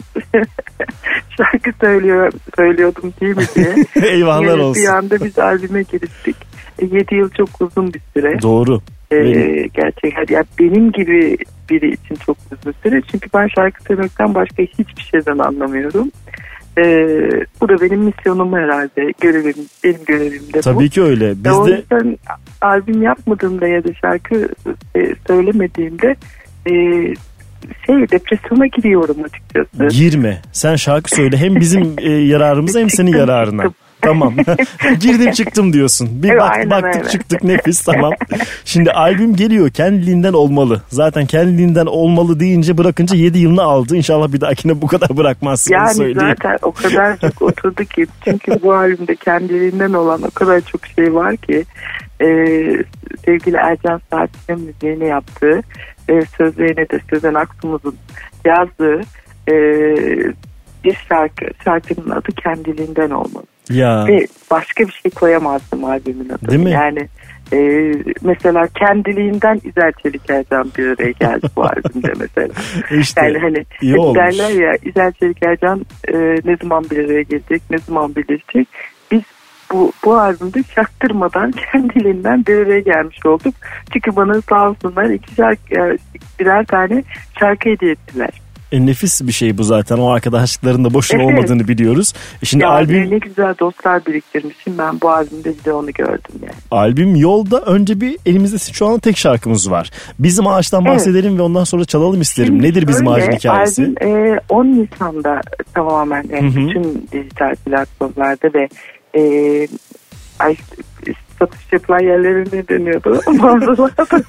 F: şarkı söylüyor, söylüyordum değil mi diye.
C: Eyvallah
F: yani
C: olsun.
F: Bir anda biz albüme giriştik. yedi yıl çok uzun bir süre.
C: Doğru.
F: Ee, gerçekten yani benim gibi biri için çok uzun süre. Çünkü ben şarkı söylemekten başka hiçbir şeyden anlamıyorum. Ee, bu da benim misyonum herhalde. Görevim, benim görevim de bu.
C: Tabii ki öyle. Biz
F: o
C: de...
F: yüzden albüm yapmadığımda ya da şarkı e, söylemediğimde e, şey depresyona giriyorum açıkçası.
C: Girme. Sen şarkı söyle. Hem bizim e, yararımıza hem senin yararına.
F: Çıktım.
C: Tamam. Girdim çıktım diyorsun. Bir
F: evet,
C: bak, baktık
F: öyle.
C: çıktık nefis tamam. Şimdi albüm geliyor, kendiliğinden olmalı. Zaten kendiliğinden olmalı deyince bırakınca yedi yılını aldı. İnşallah bir dahakine bu kadar bırakmazsın.
F: Yani
C: söyleyeyim.
F: zaten o kadar çok oturdu ki. Çünkü bu albümde kendiliğinden olan o kadar çok şey var ki. E, sevgili Ercan Saatçı'nın müziğini yaptığı, e, sözlerine de Sezen Aksu'muzun yazdığı e, bir şarkı. Şarkının adı kendiliğinden olmalı.
C: Ya.
F: Ve başka bir şey koyamazdım albümün adını.
C: Değil mi?
F: Yani e, mesela kendiliğinden İzel Çelik Ercan bir araya geldi bu albümde mesela.
C: İşte,
F: yani hani hep derler ya İzel Çelik Ercan e, ne zaman bir araya gelecek, ne zaman birleşecek. Biz bu, bu albümde çaktırmadan kendiliğinden bir araya gelmiş olduk. Çünkü bana sağ olsunlar iki şarkı, birer tane şarkı hediye ettiler.
C: E, nefis bir şey bu zaten. O arkadaşlıkların da boşuna
F: evet.
C: olmadığını biliyoruz. E şimdi
F: ya
C: albüm
F: ne güzel dostlar biriktirmişim. Ben bu albümde bir de onu gördüm yani.
C: Albüm yolda. Önce bir elimizde şu an tek şarkımız var. Bizim Ağaç'tan bahsedelim evet. ve ondan sonra çalalım isterim. Şimdi Nedir Bizim Ağaç'ın hikayesi?
F: Albüm e, on Nisan'da tamamen yani bütün dijital platformlarda ve e, ay, satış yapılan yerlerine dönüyordu. Mağazalarda.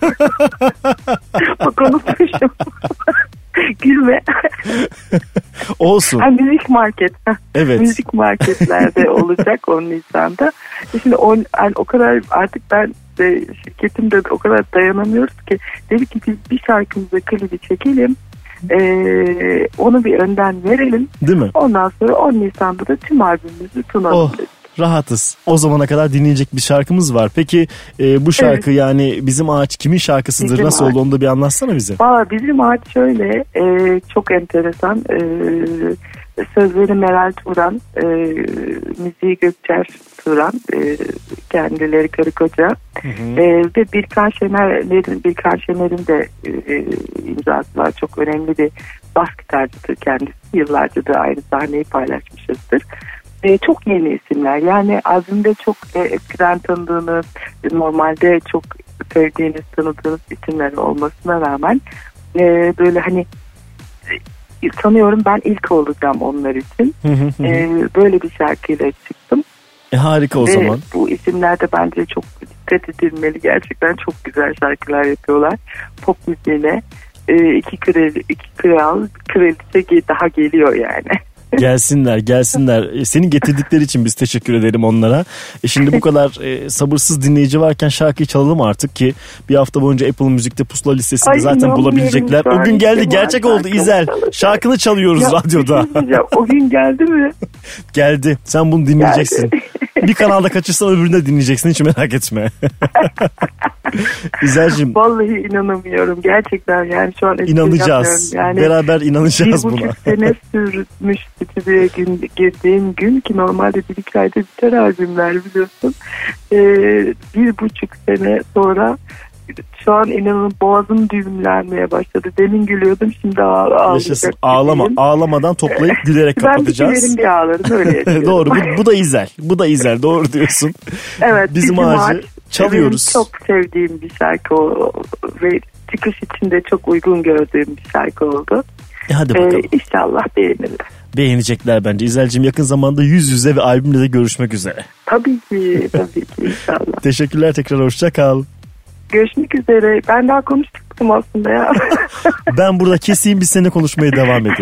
F: Bak unutmuşum. Gülme.
C: Olsun.
F: Ha, müzik market.
C: Evet.
F: Müzik marketlerde olacak on Nisan'da. Şimdi on, yani o kadar artık ben de şirketimde o kadar dayanamıyoruz ki dedi ki biz bir şarkımıza klibi çekelim. Ee, onu bir önden verelim.
C: Değil mi?
F: Ondan sonra on Nisan'da da tüm albümümüzü sunalım.
C: Oh. Rahatız. O zamana kadar dinleyecek bir şarkımız var. Peki e, bu şarkı evet. yani Bizim Ağaç kimin şarkısıdır? Bizim Nasıl ağaç. oldu onu da bir anlatsana bize.
F: Valla Bizim Ağaç şöyle e, çok enteresan. E, sözleri Meral Turan, e, müziği Gökçer Turan, e, kendileri karı koca. Hı hı. E, ve Birkan Şener'in Birkan Şener'in de e, imzası var. Çok önemli bir bas gitarcıdır kendisi. Yıllarca da aynı sahneyi paylaşmışızdır. Ee, çok yeni isimler yani albümde çok e, eskiden tanıdığınız normalde çok sevdiğiniz tanıdığınız isimler olmasına rağmen e, böyle hani e, sanıyorum ben ilk olacağım onlar için. e, böyle bir şarkıyla çıktım.
C: E, harika o
F: Ve
C: zaman.
F: Bu isimler de bence çok dikkat edilmeli, gerçekten çok güzel şarkılar yapıyorlar pop müziğine. E, iki kral, iki kral kraliçe daha geliyor yani.
C: Gelsinler gelsinler. Seni getirdikleri için biz teşekkür edelim onlara. E şimdi bu kadar e, sabırsız dinleyici varken şarkıyı çalalım artık ki bir hafta boyunca Apple Müzik'te pusula listesinde Ay, zaten bulabilecekler. O gün geldi, gerçek oldu İzel. Şarkını çalıyoruz ya, radyoda.
F: O gün geldi mi?
C: Geldi. Sen bunu dinleyeceksin. Bir kanalda kaçırsan öbüründe dinleyeceksin, hiç merak etme. İzel'cim.
F: Vallahi inanamıyorum gerçekten, yani şu an
C: inanacağız. Yani beraber inanacağız buna.
F: Bir buçuk sene sürmüş stüdyoya gün, girdiğim gün, ki normalde bir iki ayda biter albümler biliyorsun. Ee, bir buçuk sene sonra şu an inanın boğazım düğümlenmeye başladı. Demin gülüyordum, şimdi ağlayacak.
C: Ağlama, ağlamadan toplayıp gülerek kapatacağız.
F: Ben bir bir ağlarım, öyle yapıyorum.
C: Doğru, bu, bu da İzel. Bu da İzel, doğru diyorsun.
F: Evet.
C: Bizim, bizim ağacı ağaç, çalıyoruz.
F: Çok sevdiğim bir şarkı o ve çıkış için de çok uygun gördüğüm bir şarkı oldu.
C: E hadi bakalım.
F: Ee, İnşallah beğenirler.
C: Beğenecekler bence. İzel'cim yakın zamanda yüz yüze ve albümle de görüşmek üzere.
F: Tabii ki, tabii ki inşallah.
C: Teşekkürler tekrar, hoşça kal.
F: Görüşmek üzere. Ben daha konuştum aslında ya.
C: Ben burada keseyim, biz seninle konuşmaya devam edelim.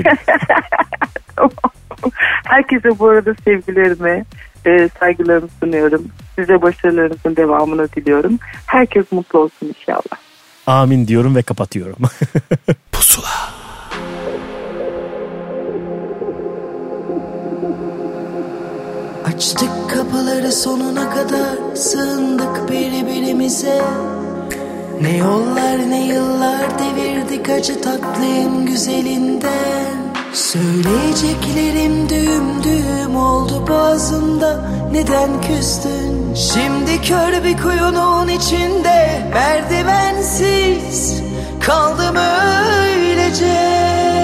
F: Herkese bu arada sevgilerimi, e, saygılarımı sunuyorum. Size başarılarınızın devamını diliyorum. Herkes mutlu olsun inşallah.
C: Amin diyorum ve kapatıyorum. Pusula.
K: Açtık kapıları sonuna kadar, sığındık birbirimize. Ne yollar ne yıllar devirdik acı tatlım güzelinden. Söyleyeceklerim düğüm düğüm oldu boğazımda, neden küstün? Şimdi kör bir kuyunun içinde, merdivensiz kaldım öylece.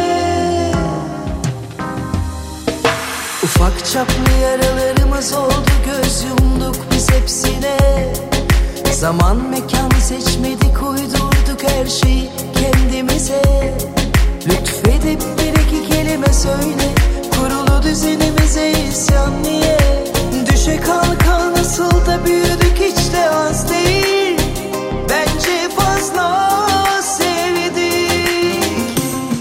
K: Ufak çaplı yaralarımız oldu, göz yumduk biz hepsine. Zaman mekan seçmedik, uydurduk her şeyi kendimize. Lütfedip bir iki kelime söyle, kurulu düzenimize isyan niye? Düşe kalka nasıl da büyüdük, hiç de az değil. Bence fazla sevdik.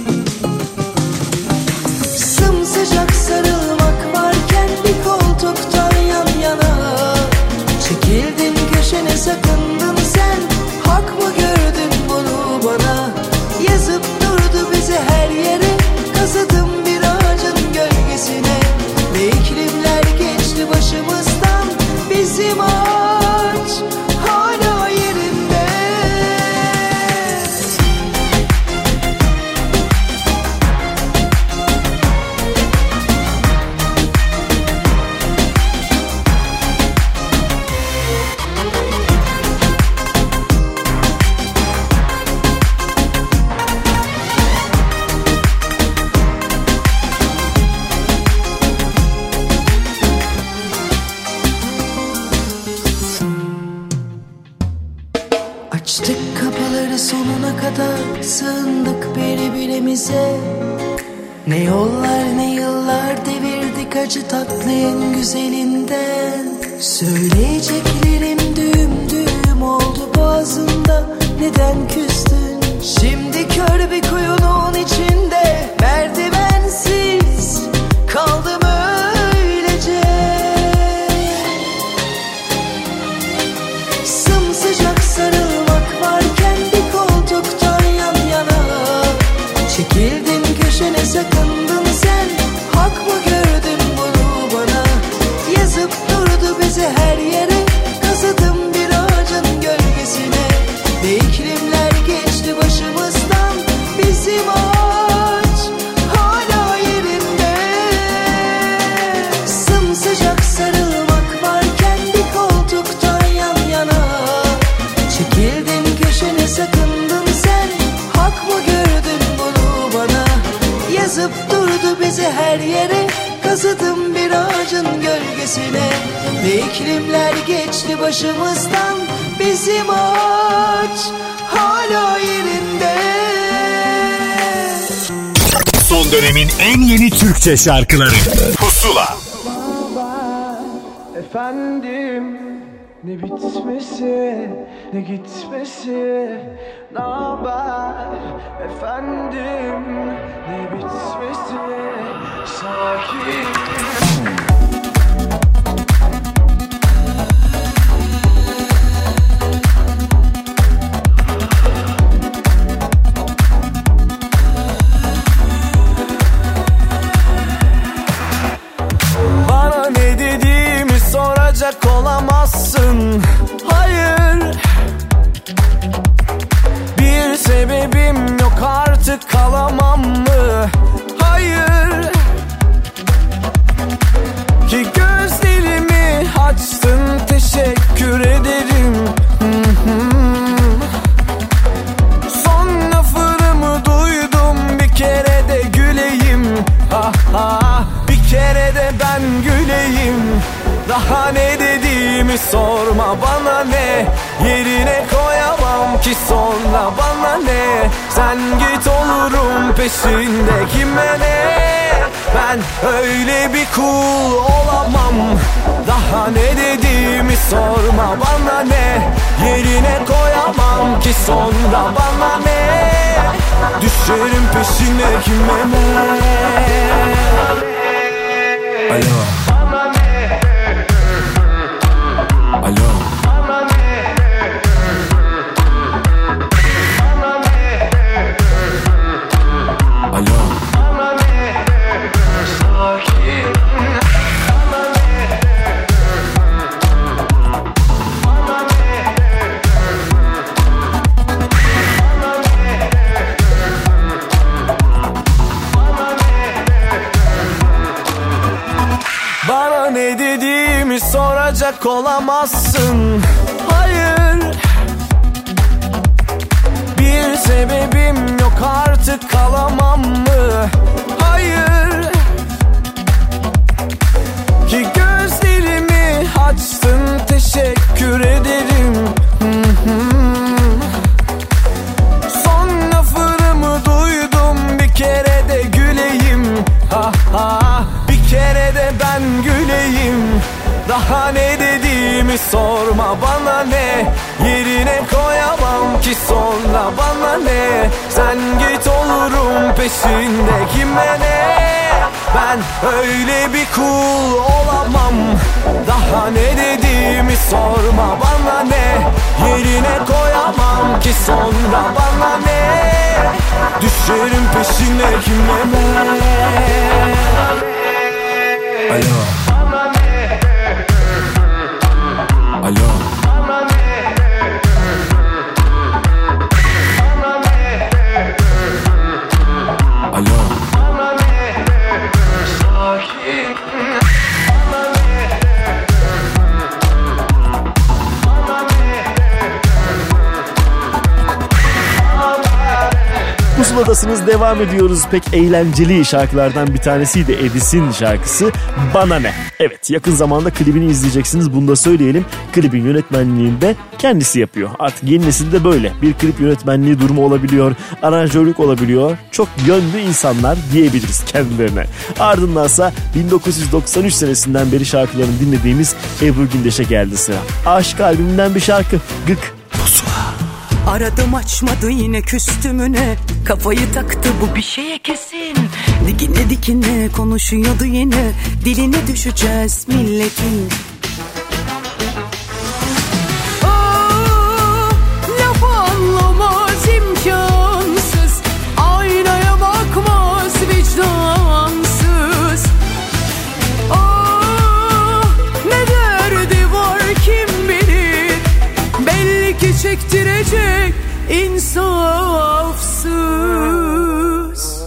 K: Sımsıcak sarılmak varken bir koltuktan yan yana. Çekildin köşene, sakındın sen. Hak mı gördün bunu bana? Yazıp durdu bizi her yere. Kazıdım bir ağacın gölgesine. Ve iklimler geçti başımızdan. Bizim ağaç hala yerinde. Açtık kapıları sonuna kadar, sığındık birbirimize. Ne yollar ne yıllar devirdik acı tatlının güzelinden. Söyleyeceklerim düğüm düğüm oldu boğazımda, neden küstün? Şimdi kör bir kuyunun içinde, merdivensiz kaldım öylece. Sımsıcak sarılmak varken bir koltuktan yan yana. Çekildin köşene, sakındın sen. Hak mı gördün bunu bana? Yazıp durdu bizi her yere. Kazıdım bir ağacın gölgesine. Ve iklimler geçti başımızdan. Bizim ağaç hala yerinde. Sımsıcak sarılmak varken bir koltuktan yan yana. Çekildin köşene, sakındın sen. Hak mı gördün bunu bana? Yazıp durdu bizi her yere. Kazıdım bir ağacın gölgesine. Ve iklimler geçti başımızdan. Bizim ağaç hala yerinde.
A: Son dönemin en yeni Türkçe şarkıları Pusula.
L: Efendim, ne bitmesi ne gitmesi, ne haber efendim, ne bitmesi sakin.
I: Bana ne dediğimi soracak soracak olamazsın. Hayır, bir sebebim yok artık kalamam mı? Hayır, ki gözlerimi açtın teşekkür ederim. Son lafını duydum bir kere de güleyim. Ha ha, bir kere de ben güleyim. Daha ne dediğimi sorma bana ne, yerine koyamam ki sonra bana ne. Sen git olurum peşinde kime ne, ben öyle bir kul olamam. Daha ne dediğimi sorma bana ne, yerine koyamam ki sonra bana ne. Düşerim peşine kime ne. Alo. Alo. Alo. Bana ne dediğimi soracak olamazsın. Hayır, bir sebebim yok artık kalamam mı? Hayır, ki gözlerimi açtın teşekkür ederim. Son lafını duydum bir kere de güleyim. Ha ha, bir kere de ben güleyim. Daha ne dediğimi sorma bana ne, yerine koyamam ki sonra bana ne. Sen git olurum peşinde kime ne, ben öyle bir kul olamam. Daha ne dediğimi sorma bana ne, yerine koyamam ki sonra bana ne. Düşerim peşine kime ne. Alo. Alo. Alo.
C: Pusuladasınız, devam ediyoruz. Pek eğlenceli şarkılardan bir tanesiydi Edis'in şarkısı Bana Ne. Evet, yakın zamanda klibini izleyeceksiniz, bunu da söyleyelim. Klibin yönetmenliğini de kendisi yapıyor. Artık yeni nesilde böyle bir klip yönetmenliği durumu olabiliyor, aranjörlük olabiliyor. Çok yönlü insanlar diyebiliriz kendilerine. Ardındansa bin dokuz yüz doksan üç senesinden beri şarkılarını dinlediğimiz Ebru Gündeş'e geldi sıra. Aşk albümünden bir şarkı, Gık. Pusula.
M: Aradım açmadı yine küstümüne, kafayı taktı bu bir şeye kesin. Dikine dikine konuşuyordu yine, diline düşeceğiz milletin. Aa, laf anlamaz imkansız, aynaya bakmaz vicdansız. Aa, ne derdi var kim bilir, belli ki çektirecek insafsız.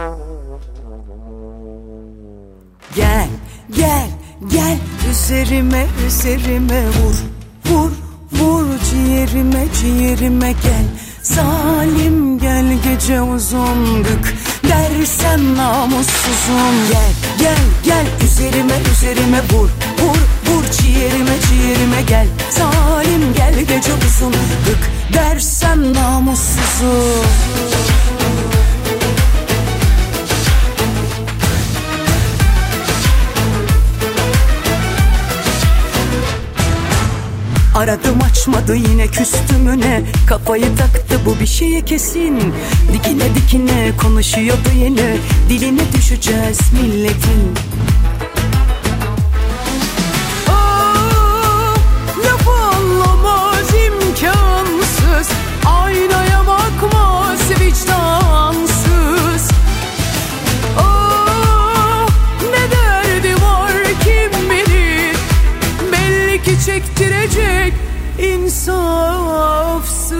M: Gel, gel, gel üzerime, üzerime vur, vur, vur ciğerime, ciğerime gel. Zalim gel gece uzun, gık dersem namussuzum. Gel, gel, gel üzerime, üzerime vur, vur, vur ciğerime, ciğerime gel. Zalim gel gece uzun, gık dersem namussuzum. Aradım açmadı yine küstümüne, kafayı taktı bu bir şeye kesin. Dikine dikine konuşuyordu yine, diline düşeceğiz milletin. Aa, laf anlamaz imkansız, aynaya bakmaz vicdansız. Aa, ne derdi var kim bilir, belli insafsız.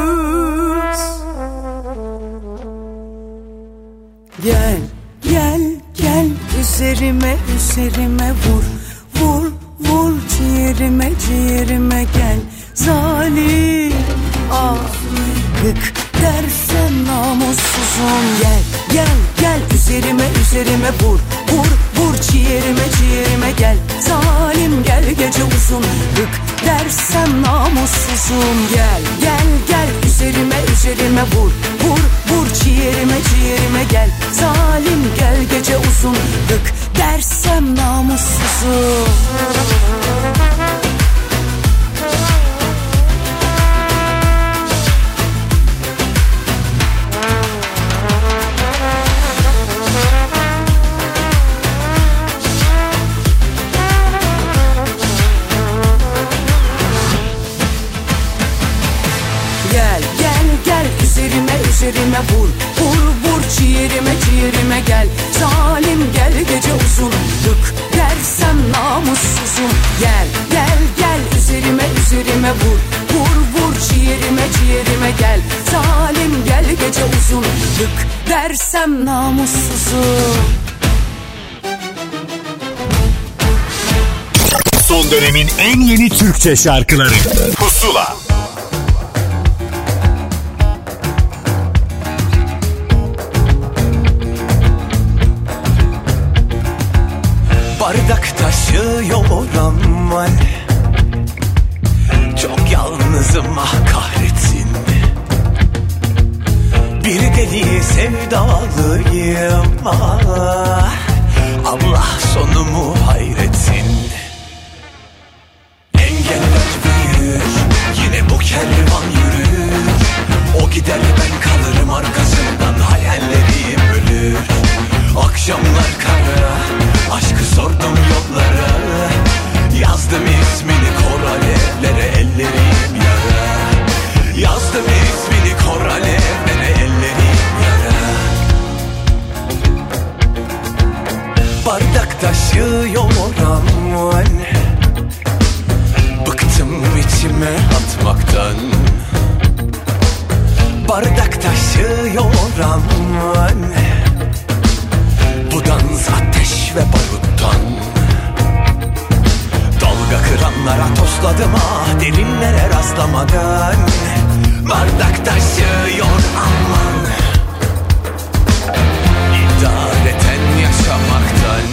M: Gel, gel, gel üzerime, üzerime vur, vur, vur ciğerime, ciğerime gel. Zalim, ah, yık dersen namussuzum. Gel, gel, gel üzerime, üzerime vur, vur, vur ciğerime, ciğerime gel. Zalim gel gece uzun, yık dersem namussuzum. Gel, gel, gel üzerime, üzerime vur, vur, vur ciğerime, ciğerime gel. Zalim gel gece uzun, yık dersem namussuzum. Üzerime vur, vur, vur ciğerime, ciğerime gel. Zalim gel gece uzun, yık dersem namussuzum. Gel, gel, gel üzerime, üzerime vur, vur, vur ciğerime, ciğerime gel. Zalim gel gece uzun, yık dersem namussuzum.
A: Son dönemin en yeni Türkçe şarkıları Pusula.
I: Bardak taşıyor aman, çok yalnızım ah kahretsin. Bir deli sevdalıyım ah, Allah sonumu hayretsin. Engeller büyür, yine bu kervan yürür. O gider ben kalırım arkasından, hayallerim ölür. Akşamlar kara, aşkı sordum yollara. Yazdım ismini kor alevlere, ellerim yara. Yazdım ismini kor alevlere, ellerim yara. Bardak taşıyor aman, bıktım içime atmaktan. Bardak taşıyor aman, bu dans ateş ve baruttan. Dalga kıranlara tosladım ah, derinlere rastlamadan. Bardak taşıyor aman, idareten yaşamaktan.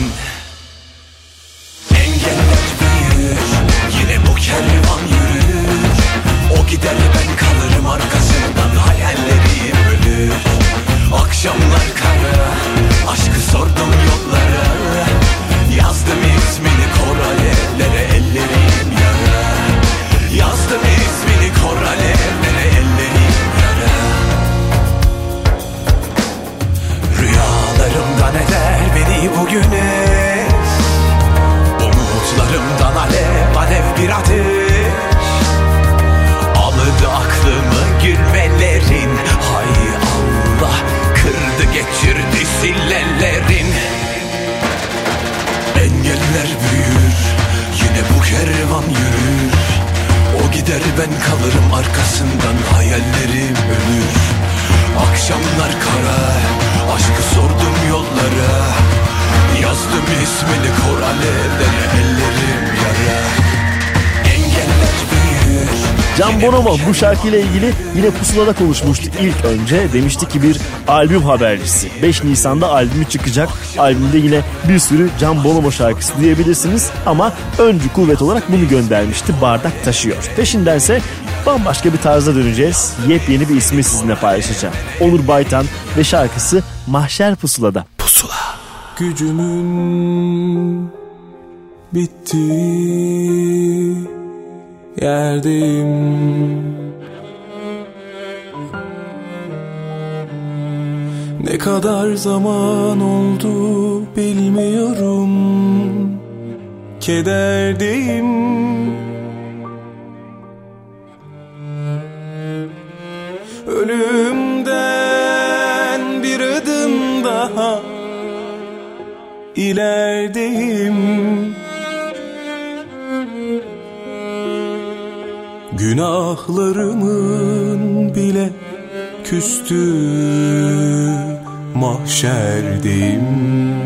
I: Engeller büyür, yine bu kervan yürür. O gider ben kalırım arkasından, hayallerim ölür. Akşamlar kara, aşkı sordum yollara. Yazdım ismini kor alevlere, ellerim yara. Yazdım ismini kor alevlere, ellerim yara. Rüyalarımdan eder beni bugüne, umutlarımdan alev alev bir ateş. Aldı aklımı gülmelerin, hay Allah, kırdı geçirdi sillelerin. Engeller büyür, yine bu kervan yürür. O gider ben kalırım arkasından, hayallerim ölür. Akşamlar kara, aşkı sordum yollara. Yazdım ismini kor alevlere, ellerim yara. Engeller büyür.
C: Can Bonomo bu şarkıyla ilgili yine Pusula'da konuşmuştu ilk önce. Demişti ki bir albüm habercisi. beş Nisan'da albümü çıkacak. Albümde yine bir sürü Can Bonomo şarkısı duyabilirsiniz. Ama öncü kuvvet olarak bunu göndermişti. Bardak taşıyor. Peşindense bambaşka bir tarzda döneceğiz. Yepyeni bir ismi sizinle paylaşacağım. Onur Baytan ve şarkısı Mahşer Pusula'da.
I: Pusula.
N: Gücümün bittiği yerdeyim. Ne kadar zaman oldu bilmiyorum. Kederdeyim. Ölümden bir adım daha ilerideyim. Günahlarımın bile küstü mahşerdeyim.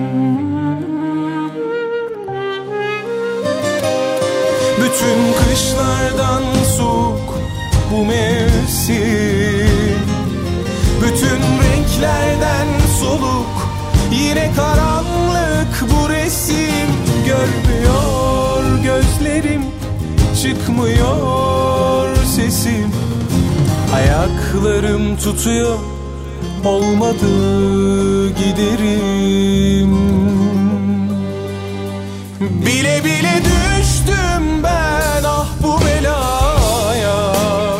N: Bütün kışlardan soğuk bu mevsim, bütün renklerden soluk yine karanlık bu resim. Görmüyor gözlerim, çıkmıyor sesim. Ayaklarım tutuyor, olmadı giderim. Bile bile düştüm ben ah bu belaya.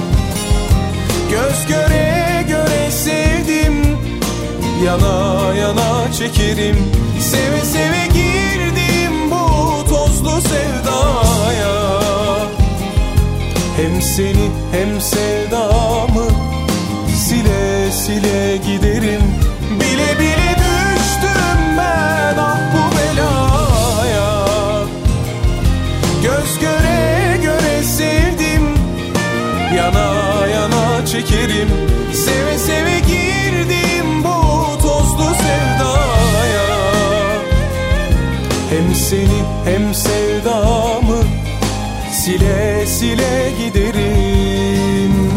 N: Göz göre göre sevdim, yana yana çekerim. Seve seve girdim bu tozlu sevdaya. Hem seni hem sevdamı sile sile giderim. Bile bile düştüm ben ah bu belaya. Göz göre göre sevdim, yana yana çekerim. Seve seve girdim bu tozlu sevdaya. Hem seni hem sevdamı sile sile giderim.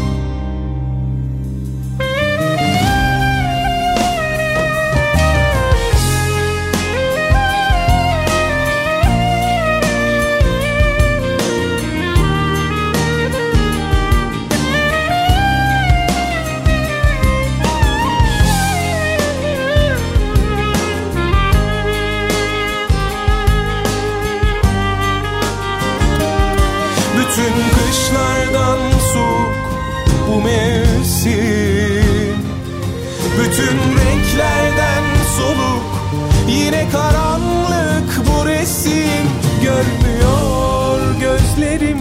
N: Bütün kışlardan soğuk bu mevsim, bütün renklerden soluk yine karanlık bu resim. Görmüyor gözlerim,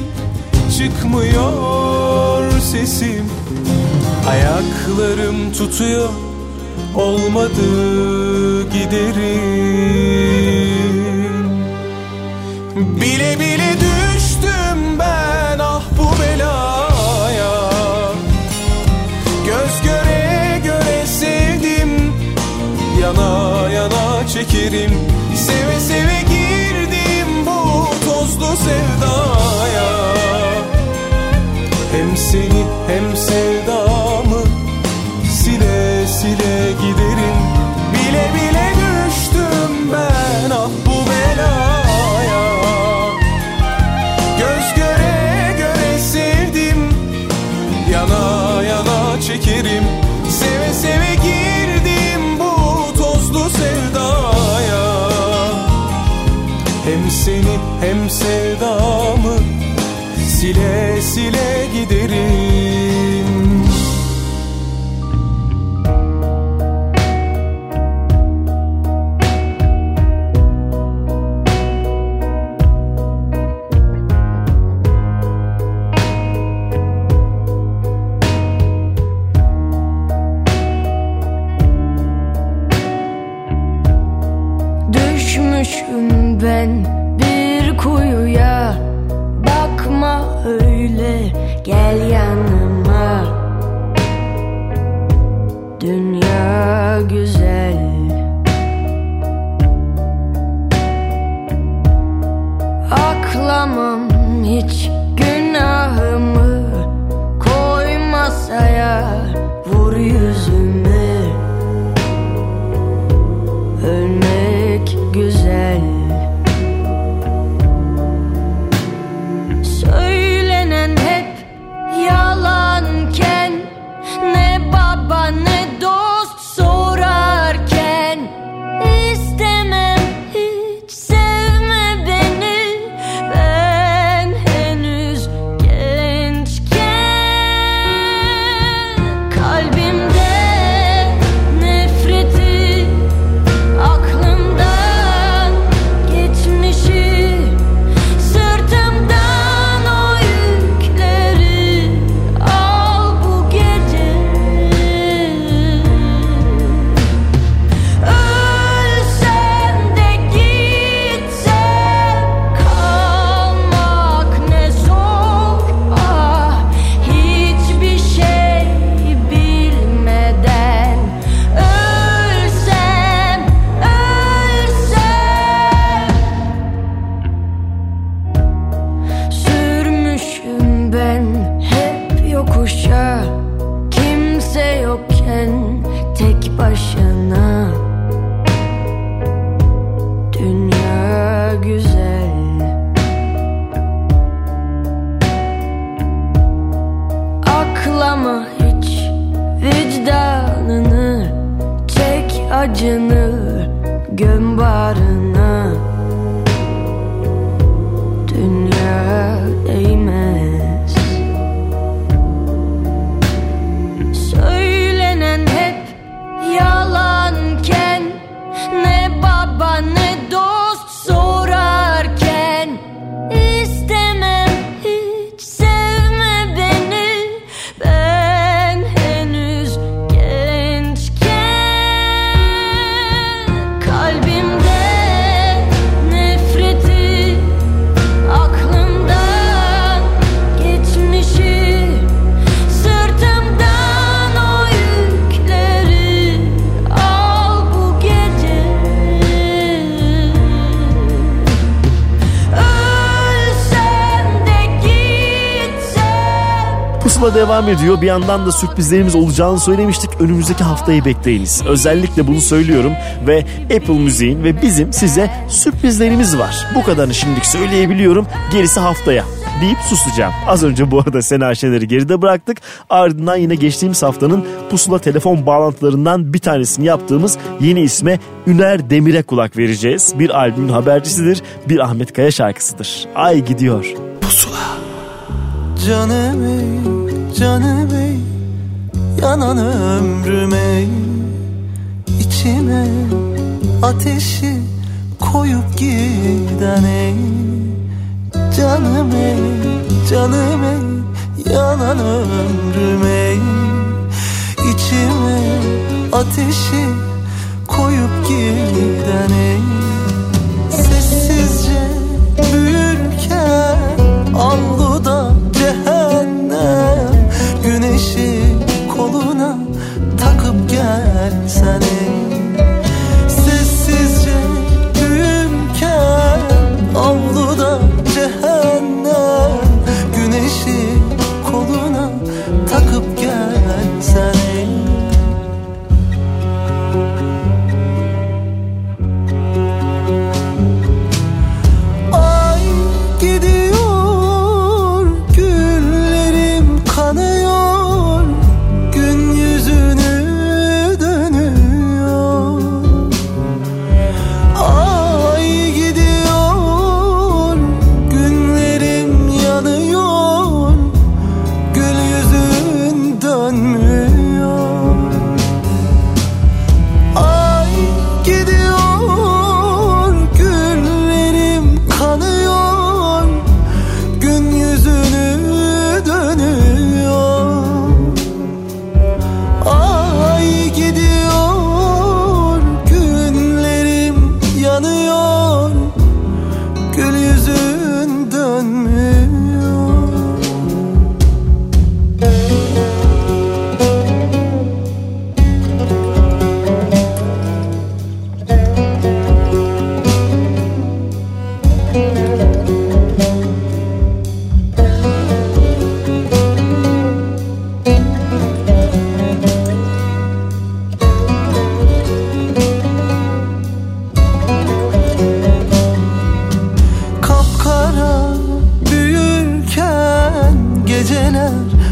N: çıkmıyor sesim. Ayaklarım tutuyor, olmadı giderim. Bile bile düştüm ben ah bu belaya. Göz göre göre sevdim, yana yana çekerim. Seve seve girdim bu tozlu sevdaya. Hem seni hem sevdamı sile sile giderim. Bile bile düştüm ben ah bu belaya. Göz göre göre sevdim, yana yana çekerim. Seve seve girdim bu tozlu sevdaya. Hem seni hem sevdamı sile sile giderim.
O: Düşmüşüm ben bir kuyuya, bakma öyle, gel yanıma. Dünya güzel, aklamam hiç günahımı. Koy masaya, vur yüzümü. Ölmek güzel, söylenen hep yalanken, ne baba ne dost sorarken, istemem hiç sevme beni, ben henüz gençken. Kalbimde
D: Dünya güzel, aklama hiç vicdanını, çek acını, göm bağrına. Dünya değmez. Söylenen hep yalanken, ne baba ne dost sorarken, istemem hiç sevme beni, ben henüz gençken. Kalbimde nefreti, aklımdan geçmişi, sırtımdan o yükleri al bu gece. Ölsem de gitsem.
C: Pusula devam ediyor. Bir yandan da sürprizlerimiz olacağını söylemiştik. Önümüzdeki haftayı bekleyiniz. Özellikle bunu söylüyorum ve Apple Müziğin ve bizim size sürprizlerimiz var. Bu kadarını şimdilik söyleyebiliyorum. Gerisi haftaya deyip susacağım. Az önce bu arada Sena Şener'i geride bıraktık. Ardından yine geçtiğimiz haftanın Pusula telefon bağlantılarından bir tanesini yaptığımız yeni isme Üner Demir'e kulak vereceğiz. Bir albümün habercisidir. Bir Ahmet Kaya şarkısıdır. Ay gidiyor. Pusula.
P: Canım ey, canım ey, yanan ömrüme, içime ateşi koyup giden ey. Canım ey, canım ey, yanan ömrüme, içime ateşi koyup giden ey. Sessizce büyürken avluda cehennem, güneşi koluna takıp gelsen ey. Sessizce büyürken avluda cehennem, güneşi koluna takıp gelsen ey. Ay gidiyor, güllerim kanıyor, gün yüzünü dönüyor. Ay gidiyor, günlerim yanıyor, gül yüzün dönmüyor. Ay gidiyor, güllerim kanıyor, gün yüzünü dönüyor. Ay gidiyor, günlerim yanıyor, gül yüzün dönmüyor. Kapkara büyürken geceler,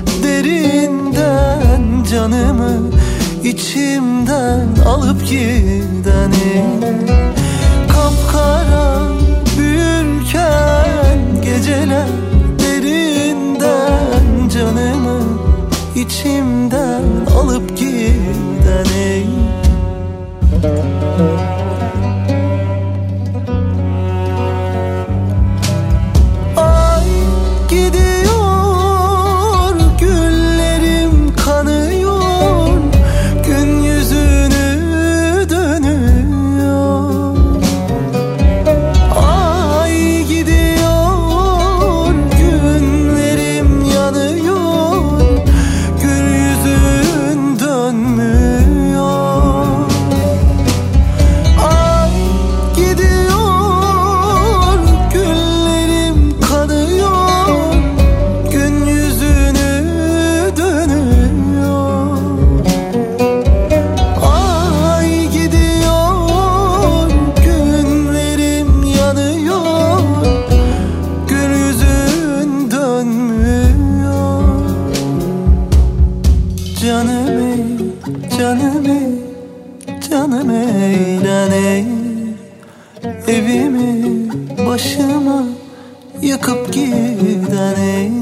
P: derinden canımı içimden alıp giden ey. Kapkara büyürken geceler, derinden canımı içimden alıp giden ey. Ay gidiyor, güllerim kanıyor, gün yüzünü dönüyor. Evimi başıma yıkıp giden ey.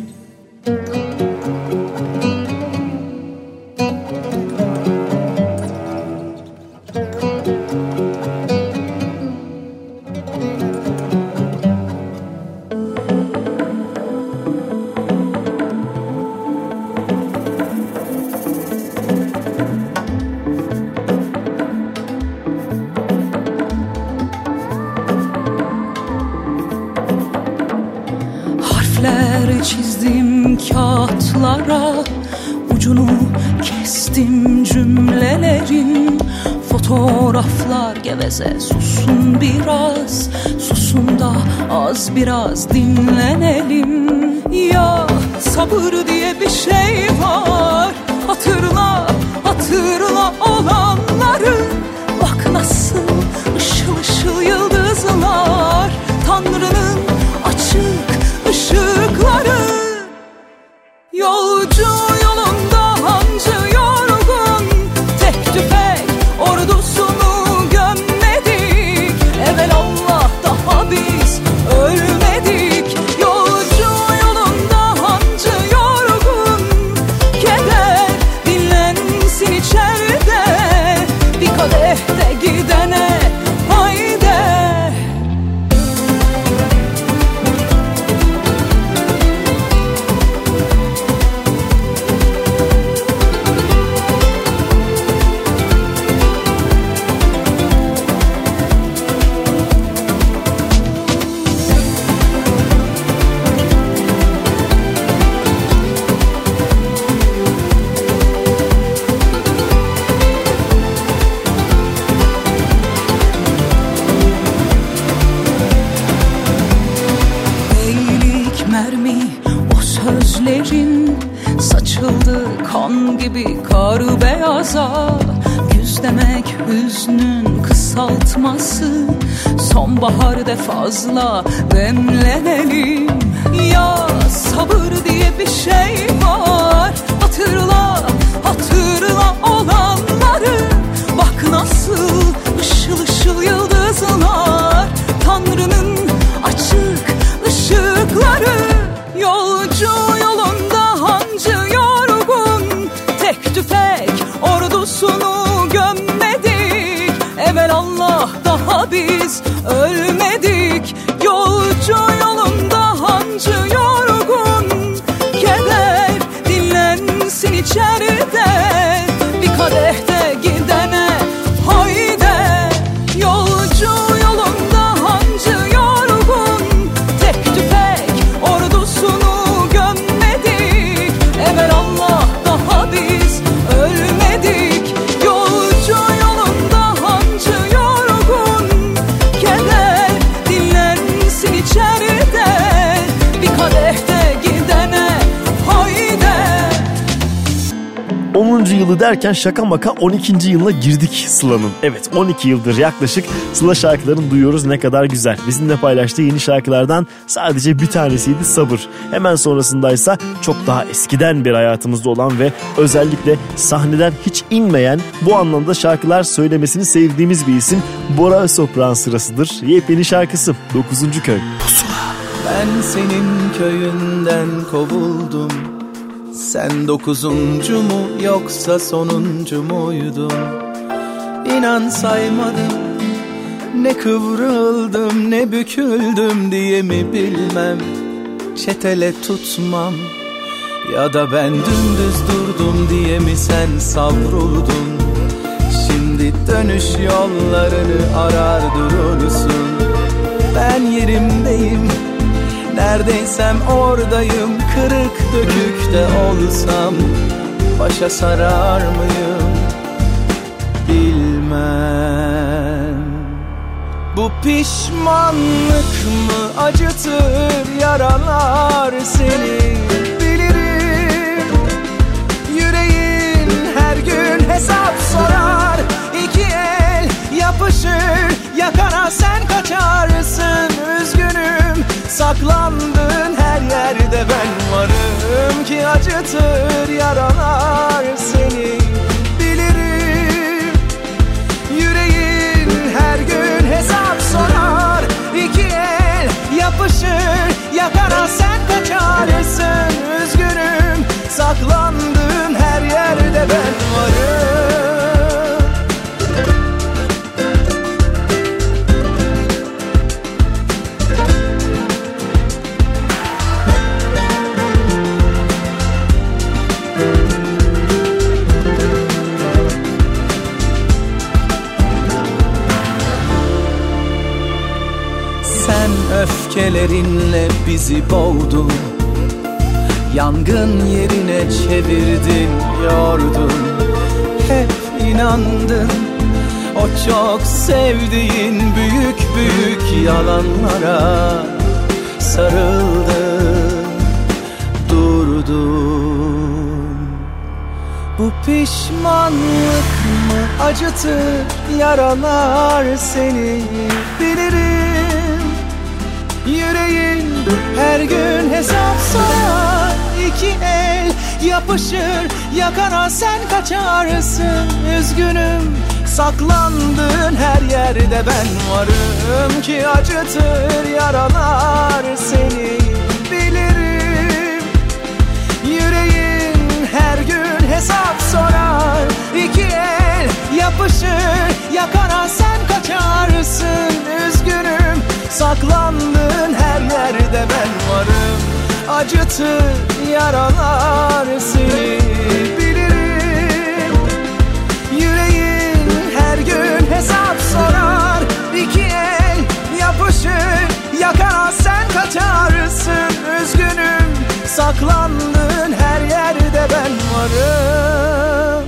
M: Çizdim kağıtlara, ucunu kestim cümlelerin. Fotoğraflar geveze, susun biraz, susun da az biraz dinlenelim. Ya sabır diye bir şey var, hatırla, hatırla olanları. Bak nasıl ışıl ışıl yıldızlar, Tanrı'nın açık ışıkları. Yolcu yolunda hancı yorgun, tek tüfek ordusunu gömmedik. Evelallah daha biz ölmedik. Yolcu yolunda hancı yorgun, keder dinlensin içeride. Bir kadeh de gidene haydi. Saçıldı kan gibi kar beyaza. Güz demek hüznün kısaltması, sonbaharda fazla demlenelim. Ya sabır diye bir şey var, hatırla, hatırla olanları. Bak nasıl ışıl ışıl yıldızlar, Tanrı'nın açık ışıkları. Yolcu yolunda hancı yorgun, tek tüfek ordusunu gömmedik. Evelallah daha biz ölmedik. Yolcu yolunda hancı yorgun, keder dinlensin içeride. Bir kadehte gidene haydi. Yolcu yolunda hancı yorgun, tek tüfek ordusunu gömmedik. Evelallah daha biz ölmedik. Yolcu yolunda hancı yorgun, keder dinlensin içeride. Bir kadehte gidene haydi.
C: onuncu yılı derken şaka maka on ikinci yılına girdik Sıla'nın. Evet, on iki yıldır yaklaşık Sıla şarkılarını duyuyoruz, ne kadar güzel. Bizimle paylaştığı yeni şarkılardan sadece bir tanesiydi Sabır. Hemen sonrasındaysa çok daha eskiden bir hayatımızda olan ve özellikle sahneden hiç inmeyen, bu anlamda şarkılar söylemesini sevdiğimiz bir isim Bora Öztoprak'ın sırasıdır. Yepyeni şarkısı dokuzuncu Köy. Pusula.
P: Ben senin köyünden kovuldum. Sen dokuzuncu mu yoksa sonuncu muydun? İnan saymadım, ne kıvrıldım ne büküldüm diye mi bilmem. Çetele tutmam ya da ben dümdüz durdum diye mi sen savruldun? Şimdi dönüş yollarını arar durursun. Ben yerimdeyim, neredeysem oradayım. Kırık dökük de olsam başa sarar mıyım bilmem. Bu pişmanlık mı acıtır, yaralar seni bilirim. Yüreğin her gün hesap sorar. İki el yapışır, yakana sen kaçarsın. Üzgünüm, saklandığın her yerde ben varım ki acıtır, yaralar seni bilirim. Yüreğin her gün hesap sorar. Sen öfkelerinle bizi boğdun, yangın yerine çevirdin, yordun. Hep inandın o çok sevdiğin büyük büyük yalanlara, sarıldın, durdun. Bu pişmanlık mı acıtır, yaralar seni, bilirim. Yüreğin her gün hesap sorar, iki el yapışır, yakana sen kaçarsın. Üzgünüm, saklandığın her yerde ben varım ki acıtır, yaralar seni, bilirim. Yüreğin her gün hesap sorar, iki el yapışır, yakana sen kaçarsın. Üzgünüm, saklandığın her yerde ben varım, acıtır, yaralar seni, bilirim. Yüreğin her gün hesap sorar, iki el yapışır, yakana sen kaçarsın. Üzgünüm, saklandığın her yerde ben varım.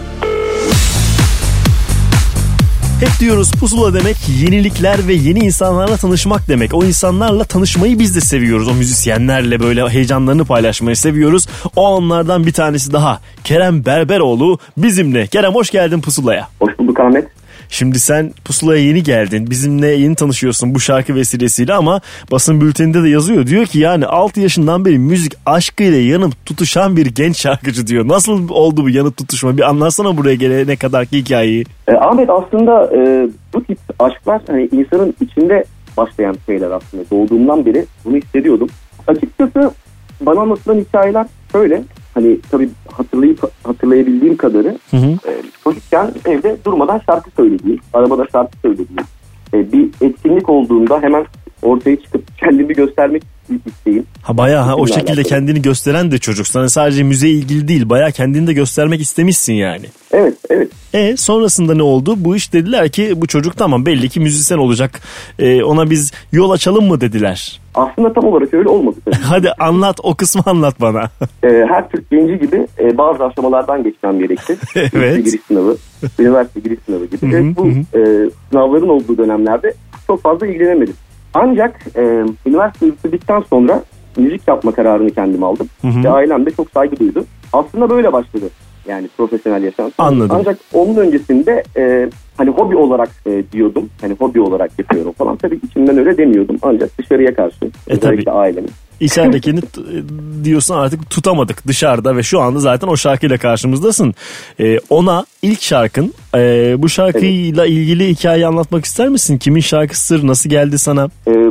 C: Hep diyoruz pusula demek yenilikler ve yeni insanlarla tanışmak demek. O insanlarla tanışmayı biz de seviyoruz. O müzisyenlerle böyle heyecanlarını paylaşmayı seviyoruz. O onlardan bir tanesi daha. Kerem Berberoğlu bizimle. Kerem, hoş geldin pusulaya.
Q: Hoş bulduk Ahmet.
C: Şimdi sen pusulaya yeni geldin. Bizimle yeni tanışıyorsun bu şarkı vesilesiyle ama basın bülteninde de yazıyor. Diyor ki yani altı yaşından beri müzik aşkıyla yanıp tutuşan bir genç şarkıcı diyor. Nasıl oldu bu yanıp tutuşma? Bir anlatsana buraya gelene kadarki hikayeyi.
Q: E, Ahmet aslında e, bu tip aşklar hani insanın içinde başlayan şeyler aslında. Doğduğumdan beri bunu hissediyordum. Açıkçası bana anlatılan hikayeler şöyle. Hani tabii hatırlayıp hatırlayabildiğim kadarı hı hı. E, çocukken evde durmadan şarkı söylediğim, arabada şarkı söylediğim, e, bir etkinlik olduğunda hemen ortaya çıkıp kendimi göstermek isteğim.
C: Ha bayağı ha, o şekilde alakalı. Kendini gösteren de çocuk. Sana sadece müziğe ilgili değil, bayağı kendini de göstermek istemişsin yani.
Q: Evet, evet.
C: E sonrasında ne oldu? Bu iş dediler ki bu çocuk tamam belli ki müzisyen olacak. E, ona biz yol açalım mı dediler.
Q: Aslında tam olarak öyle olmadı.
C: Hadi anlat, o kısmı anlat bana.
Q: e, her Türk genci gibi e, bazı aşamalardan geçmem gerekti.
C: Evet.
Q: Giriş sınavı, üniversite giriş sınavı gibi.
C: Hı hı,
Q: Ve bu
C: hı.
Q: E, sınavların olduğu dönemlerde çok fazla ilgilenemedim. Ancak e, üniversite bitirdikten sonra müzik yapma kararını kendim aldım. Hı hı. Ve ailem de çok saygı duydu. Aslında böyle başladı. Yani profesyonel yaşam.
C: Anladım.
Q: Ancak onun öncesinde e, hani hobi olarak e, diyordum. Hani hobi olarak yapıyorum falan. Tabii içimden öyle demiyordum. Ancak dışarıya karşı.
C: E
Q: özellikle ailemin.
C: İçeridekini diyorsun artık tutamadık dışarıda ve şu anda zaten o şarkıyla karşımızdasın. Ee, ona ilk şarkın e, bu şarkıyla evet. ilgili hikayeyi anlatmak ister misin? Kimin şarkısıdır? Nasıl geldi sana?
Q: Ee,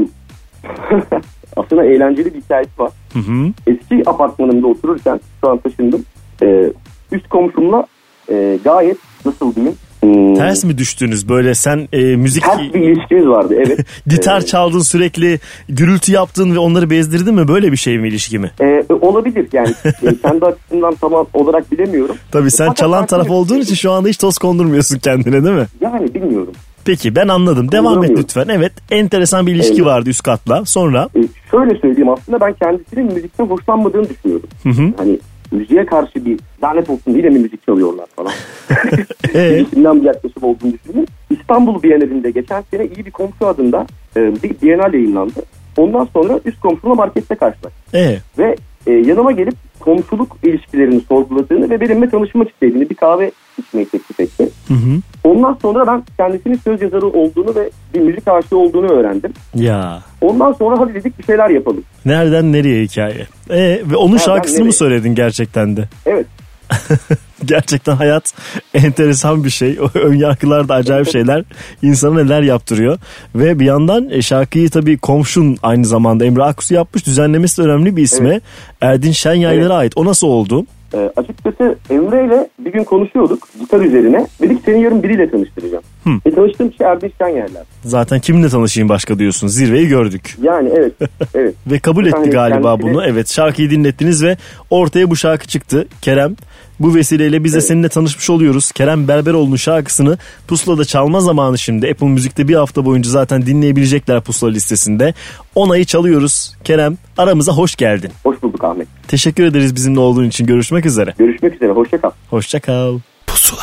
Q: aslında eğlenceli bir hikayesi var.
C: Hı hı.
Q: Eski apartmanımda otururken şu an taşındım. Ee, üst komşumla e, gayet nasıl diyeyim? Hmm.
C: Ters mi düştünüz böyle sen e, müzik...
Q: Ters bir ilişkimiz vardı evet.
C: Gitar
Q: ee,
C: çaldın sürekli, gürültü yaptın ve onları bezdirdin mi? Böyle bir şey mi, ilişki mi?
Q: E, olabilir yani. e, kendi açısından tam olarak bilemiyorum.
C: Tabii sen Fakat çalan taraf olduğun için şu anda hiç toz kondurmuyorsun kendine değil mi?
Q: Yani bilmiyorum.
C: Peki ben anladım. Devam et lütfen. Evet, enteresan bir ilişki evet. vardı üst katla. Sonra?
Q: E, şöyle söyleyeyim, aslında ben kendisinin müzikten hoşlanmadığını düşünüyordum.
C: Hı hı.
Q: Hani müziğe karşı bir lanet olsun diye mi müzik çalıyorlar falan. İçimden bir yaklaşım olduğunu düşündüm. İstanbul Bienalinde geçen sene iyi bir komşu adında e, bir Bienal yayınlandı. Ondan sonra üst komşumla markette karşılaştık.
C: Ee?
Q: Ve e, yanıma gelip komşuluk ilişkilerini sorguladığını ve benimle tanışmak istediğini, bir kahve içmeyi teklif etti.
C: Hı hı.
Q: Ondan sonra ben kendisinin söz yazarı olduğunu ve bir müzik aşığı olduğunu öğrendim.
C: Ya.
Q: Ondan sonra hadi dedik bir şeyler yapalım.
C: Nereden nereye hikaye? Ee, ve onun Nereden şarkısını nereye? mı söyledin gerçekten de?
Q: Evet.
C: Gerçekten hayat enteresan bir şey. O ön yargılar da acayip şeyler. İnsana neler yaptırıyor. Ve bir yandan şarkıyı tabii komşun aynı zamanda Emre Aksu yapmış. Düzenlemesi de önemli bir ismi. Evet. Erdin Şenyaylar'a evet. ait. O nasıl oldu?
Q: E, açıkçası Emre ile bir gün konuşuyorduk gitar üzerine. Dedik seni yarın biriyle tanıştıracağım.
C: Hı.
Q: E, tanıştığım kişi Erdin Şenyaylar.
C: Zaten kiminle tanışayım başka diyorsun. Zirveyi gördük.
Q: Yani evet. evet.
C: Ve kabul etti
Q: yani
C: galiba
Q: kendisine...
C: bunu. Evet, şarkıyı dinlettiniz ve ortaya bu şarkı çıktı. Kerem, Bu vesileyle biz de evet. seninle tanışmış oluyoruz. Kerem Berberoğlu'nun şarkısını Pusula'da çalma zamanı şimdi. Apple Müzik'te bir hafta boyunca zaten dinleyebilecekler Pusula listesinde. Onayı çalıyoruz. Kerem, aramıza hoş geldin.
Q: Hoş bulduk Ahmet.
C: Teşekkür ederiz bizimle olduğun için. Görüşmek üzere.
Q: Görüşmek üzere. Hoşça kal.
C: Hoşça kal.
A: Pusula.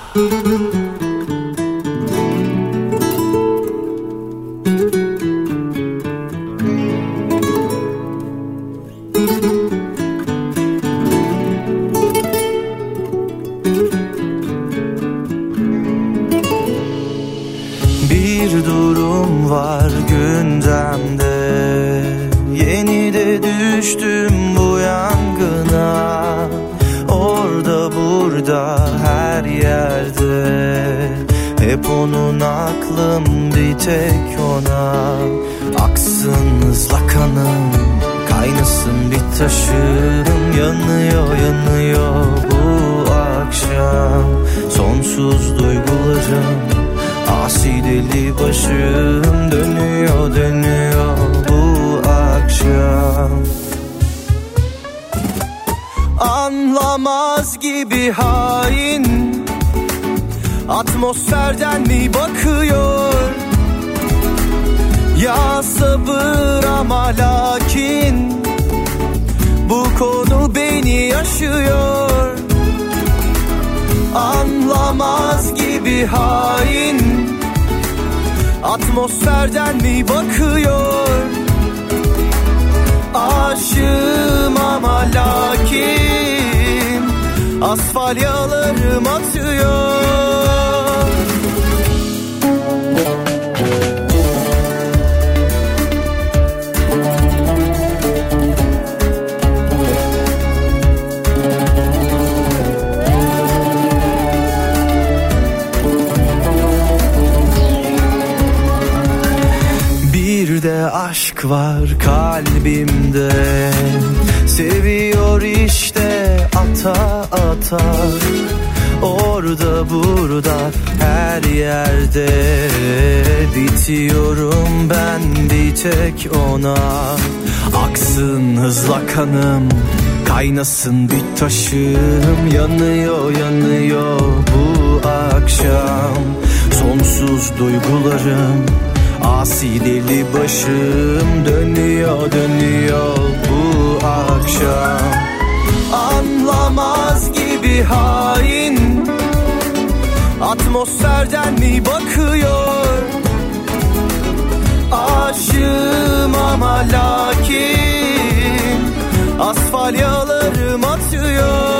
I: Bir durum var gündemde, yeni de düştüm bu yangına. Orada burada her yerde, hep onun aklım bir tek ona. Aksın hızla kanım, kaynasın bir taşım. Yanıyor yanıyor bu akşam, sonsuz duygularım, asi deli başım. Dönüyor dönüyor bu akşam. Anlamaz gibi hain, atmosferden mi bakıyor? Ya sabır ama lakin bu konu beni yaşıyor. Anlamaz gibi hain, atmosferden mi bakıyor? Aşığım ama lakin asfalyalarım atıyor. Bir de aşk var kalbimde, seviyor işte ata ata. Orada burada her yerde, bitiyorum ben bir tek ona. Aksın hızla kanım, kaynasın bir taşım. Yanıyor yanıyor bu akşam, sonsuz duygularım, asi deli başım. Dönüyor dönüyor bu akşam. Anlamaz gibi hain, atmosferden mi bakıyor? Aşığım ama lakin asfalyalarım atıyor.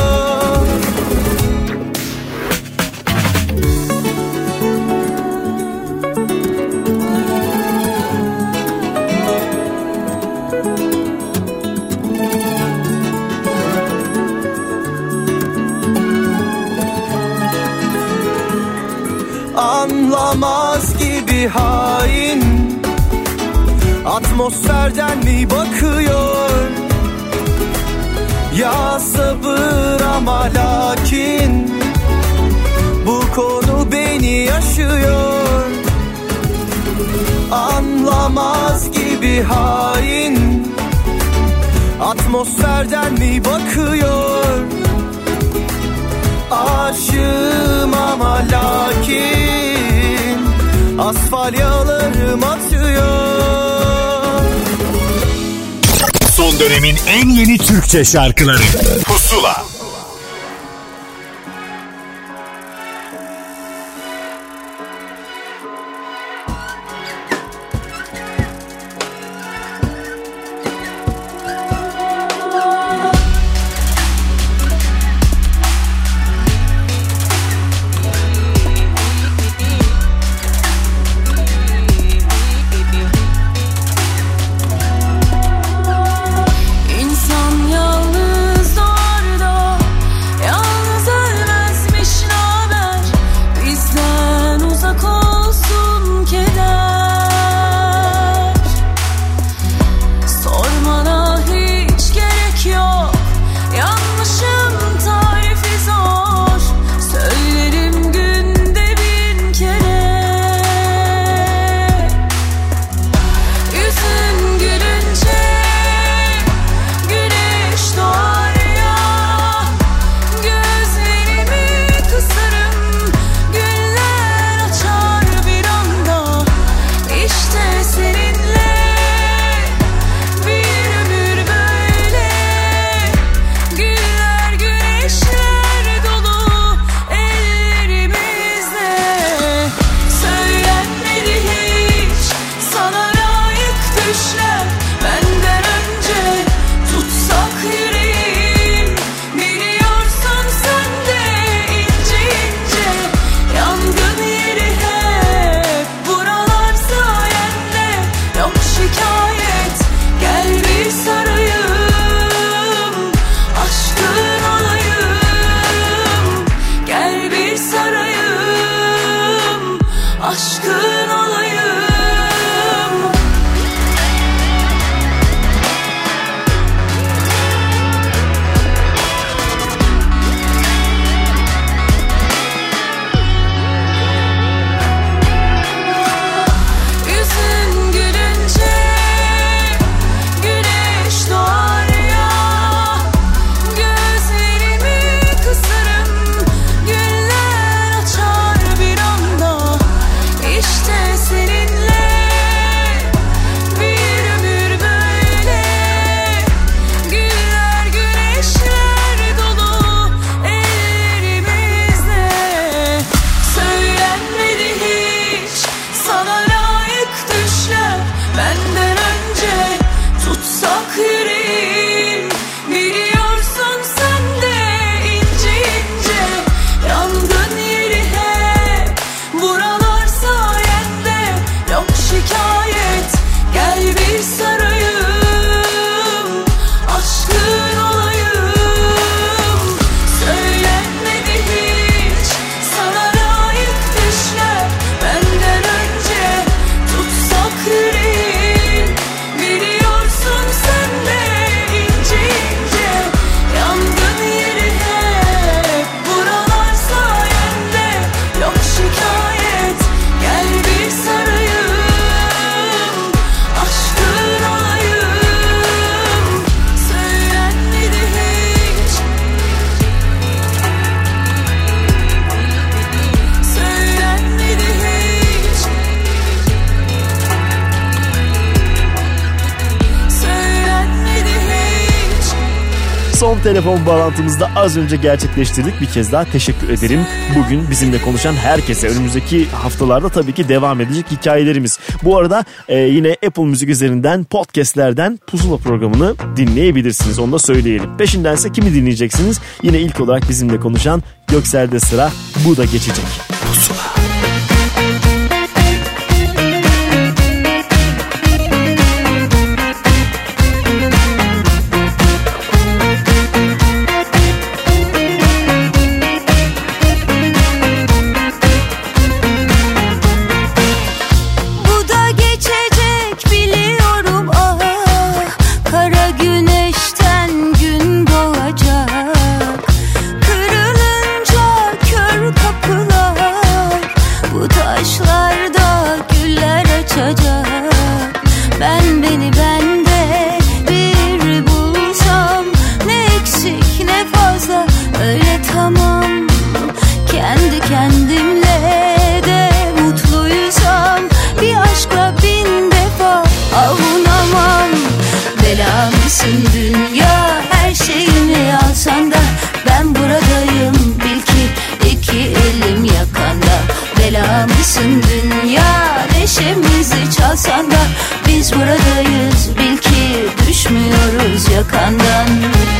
I: Anlamaz gibi hain, atmosferden mi bakıyor? Ya sabır ama lakin bu konu beni yaşıyor. Anlamaz gibi hain, atmosferden mi bakıyor? Aşığım ama lakin asfalyalarım atıyor.
A: Son dönemin en yeni Türkçe şarkıları Pusula.
E: İnsan yalnız orada benden önce tutsak yüreğin. Biliyorsun sen de ince ince yangın yeri hep buralar sayende. Yok şikayet, gel bir sarayım, aşkın olayım. Söylenmedi hiç sana layık düşler, benden önce tutsak yüreğin. Biliyorsun sen de ince ince yangın yeri hep buralar sayende. Yok şikayet, gel bir sarayım, aşkın olayım. Söylenmedi hiç, söylenmedi hiç, söylenmedi hiç.
C: Son telefon bağlantımızda az önce gerçekleştirdik. Bir kez daha teşekkür ederim. Bugün bizimle konuşan herkese. Önümüzdeki haftalarda tabii ki devam edecek hikayelerimiz. Bu arada e, yine Apple Müzik üzerinden podcastlerden Pusula programını dinleyebilirsiniz. Onu da söyleyelim. Peşindense kimi dinleyeceksiniz? Yine ilk olarak bizimle konuşan Göksel'de sıra. Bu da geçecek. Pusula.
D: Bu da geçecek biliyorum ah. Kara güneşten gün doğacak. Kırılınca kör kapılar, bu taşlarda güller açacak. Ben beni bende bir bulsam, ne eksik ne fazla, öyle tamam. Kendi kendimle de mutluysam, bir aşkla bin defa avunamam. Bela mısın dünya, her şeyimi alsan da ben buradayım, bil ki iki elim yakanda. Bela mısın dünya, neşemizi çalsan da biz buradayız, bil ki düşmüyoruz yakandan.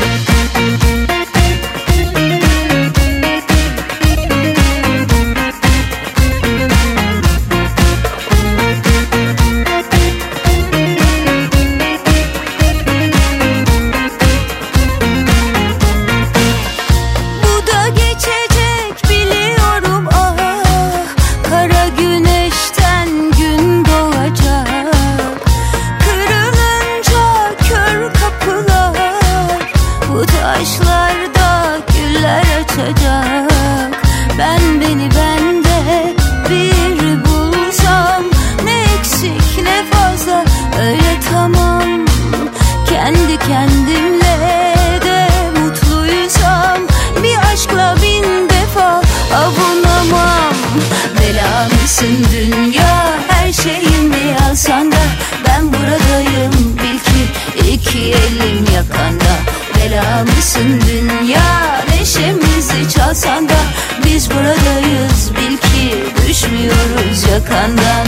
D: Bu da geçecek biliyorum ah. Kara güneşten gün doğacak. Kırılınca kör kapılar, bu taşlarda güller açacak. Ben beni bende bir bulsam, ne eksik ne fazla, öyle tamam. Kendi kendimle de mutluysam, bir aşkla bin defa avunamam. Bela mısın dünya, her şeyimi alsan da ben buradayım, bil ki iki elim yakanda. Bela mısın dünya, neşemizi çalsan da biz buradayız, bil ki düşmüyoruz yakandan.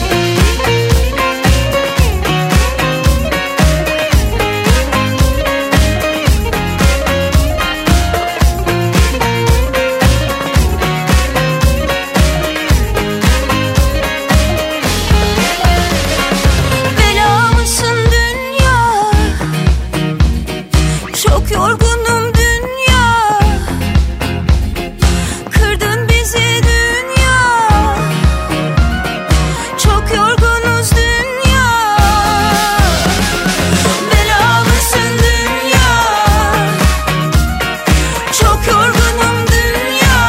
D: Bela mısın dünya, çok yorgunum dünya. Kırdın bizi dünya, çok yorgunuz dünya. Bela mısın dünya, çok yorgunum dünya.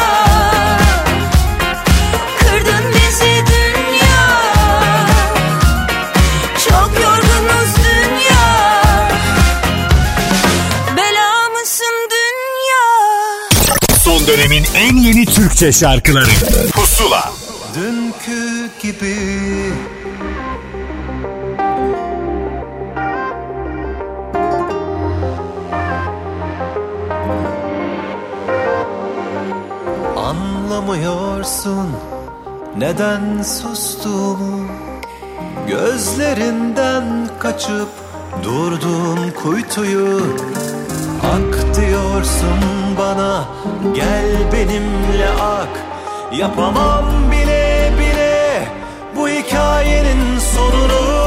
D: Kırdın bizi dünya, çok yorgunuz dünya. Bela mısın dünya.
A: Son dönemin en yeni Türkçe şarkıları Pusula.
H: Dünkü gibi
N: Anlamıyorsun neden sustuğumu,
H: Gözlerinden kaçıp durdum kuytuyu. Ak diyorsun bana, gel benimle ak. Yapamam bile bile bu hikayenin sonunu.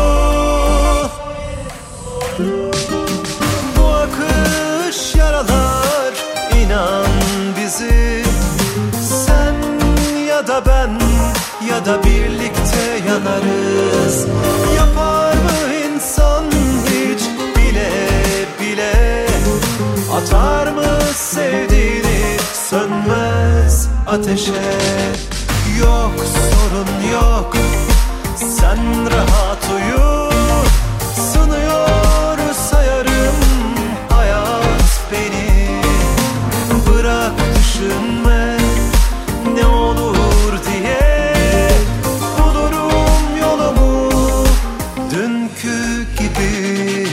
H: Bu akış yaralar inan bizi. Sen ya da ben ya da birlikte yanarız. Yapar mı insan hiç bile bile? Atar mı sevdiğini sönmez ateşe? Yok sorun yok, sen rahat uyu. Sınıyor sayarım hayat beni. Bırak düşünme ne olur diye. Bulurum yolumu dünkü gibi.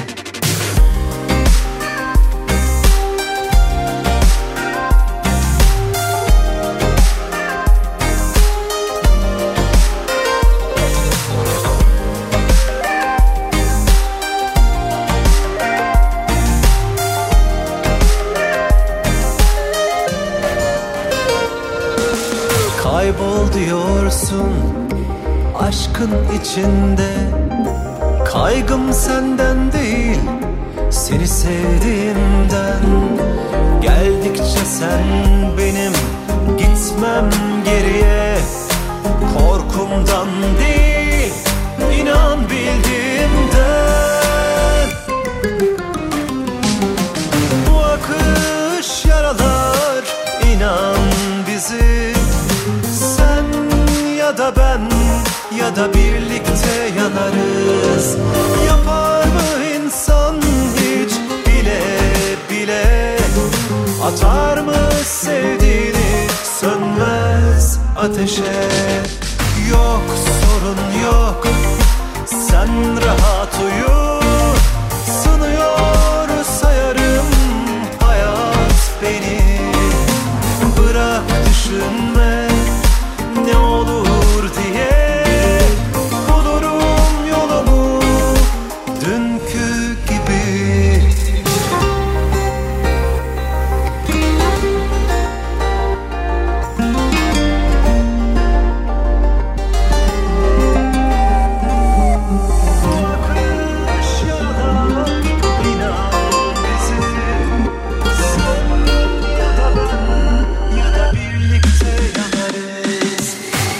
H: Kaybol diyorsun aşkın içinde. Kaygım senden değil, seni sevdiğimden. Geldikçe sen benim, gitmem geriye. Korkumdan değil, inan bildiğimden. Bu akış yaralar inan bizi. Ya da ben ya da birlikte yanarız. Yapar mı insan hiç bile bile? Atar mı sevdiğini sönmez ateşe? Yok sorun yok, sen rahat uyu. Sınıyor sayarım hayat beni. Bırak düşünme ne olur diye. Bulurum yolumu dünkü gibi. Akış yaralar inan bizi. Sen ya da ben ya da birlikte yanarız.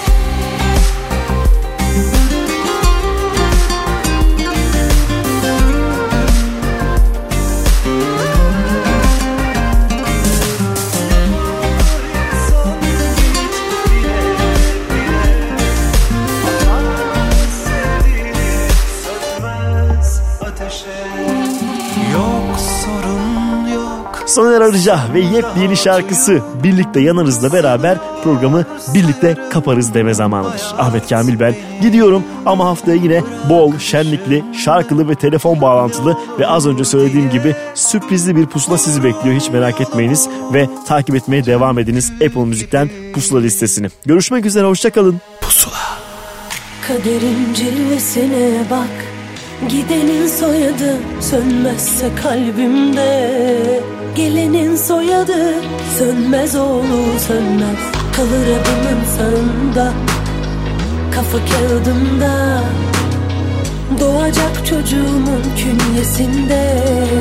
H: Yok sorun yok.
C: Soner Arıca ve yepyeni şarkısı Birlikte Yanarız'la beraber programı birlikte kaparız deme zamanıdır. Ahmet Kamil ben gidiyorum ama haftaya yine bol, şenlikli, şarkılı ve telefon bağlantılı ve az önce söylediğim gibi sürprizli bir pusula sizi bekliyor. Hiç merak etmeyiniz ve takip etmeye devam ediniz Apple Müzik'ten pusula listesini. Görüşmek üzere, hoşçakalın. Pusula.
R: Kaderin cilvesine bak, gidenin soyadı sönmezse kalbimde. Gelenin soyadı sönmez oğlu sönmez. Kalır adımın sağında, kafa kağıdımda. Doğacak çocuğumun künyesinde.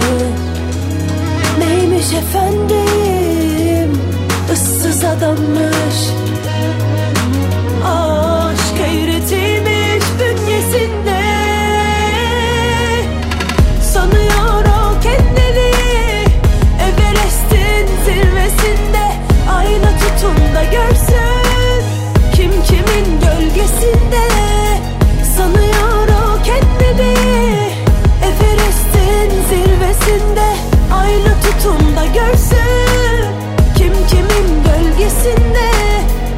R: Neymiş efendim, ıssız adammış. Aşk eğretilmiş bünyesinde. Sanıyor o kendini Everest'in zirvesinde. Ayna tutun da görsün kim kimin gölgesinde. Sanıyor o kendini Everest'in zirvesinde. Ayna tutun da görsün kim kimin gölgesinde.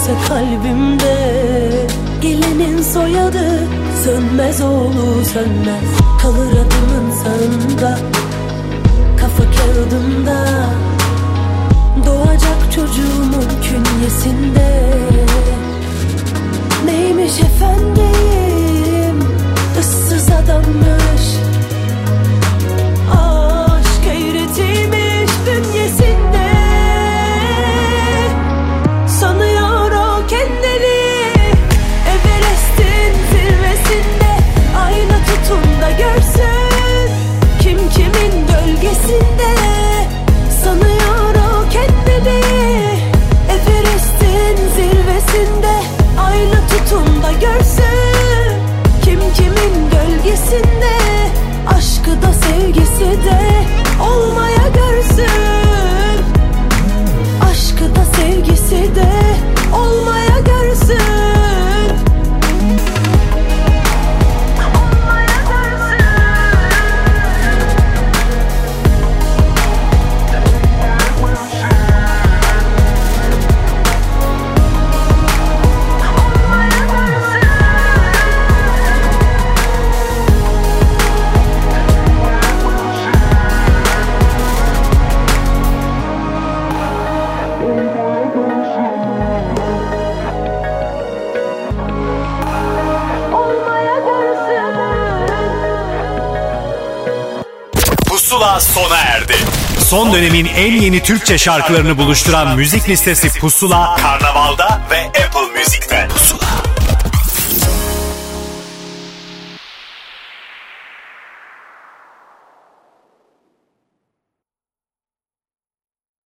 R: sönmezse kalbimde, gelinin soyadı sönmez oğlu sönmez. Kalır adımın sağında, kafa kağıdımda, doğacak çocuğumun künyesinde. Neymiş efendim, ıssız adammış, aşk eğretiymiş bünyesinde. Sanıyor o kendini Everest'in zirvesinde, ayna tutun da görsün kim kimin gölgesinde. Sanıyor o kendini Everest'in zirvesinde, ayna tutun da görsün kim kimin gölgesinde. Aşkı da sevgisi de olmaya görsün, aşkı da sevgisi de olmaya görsün.
A: Pusula sona erdi. Son dönemin en yeni Türkçe şarkılarını buluşturan müzik listesi Pusula, Karnaval'da ve Apple Music'te. Pusula.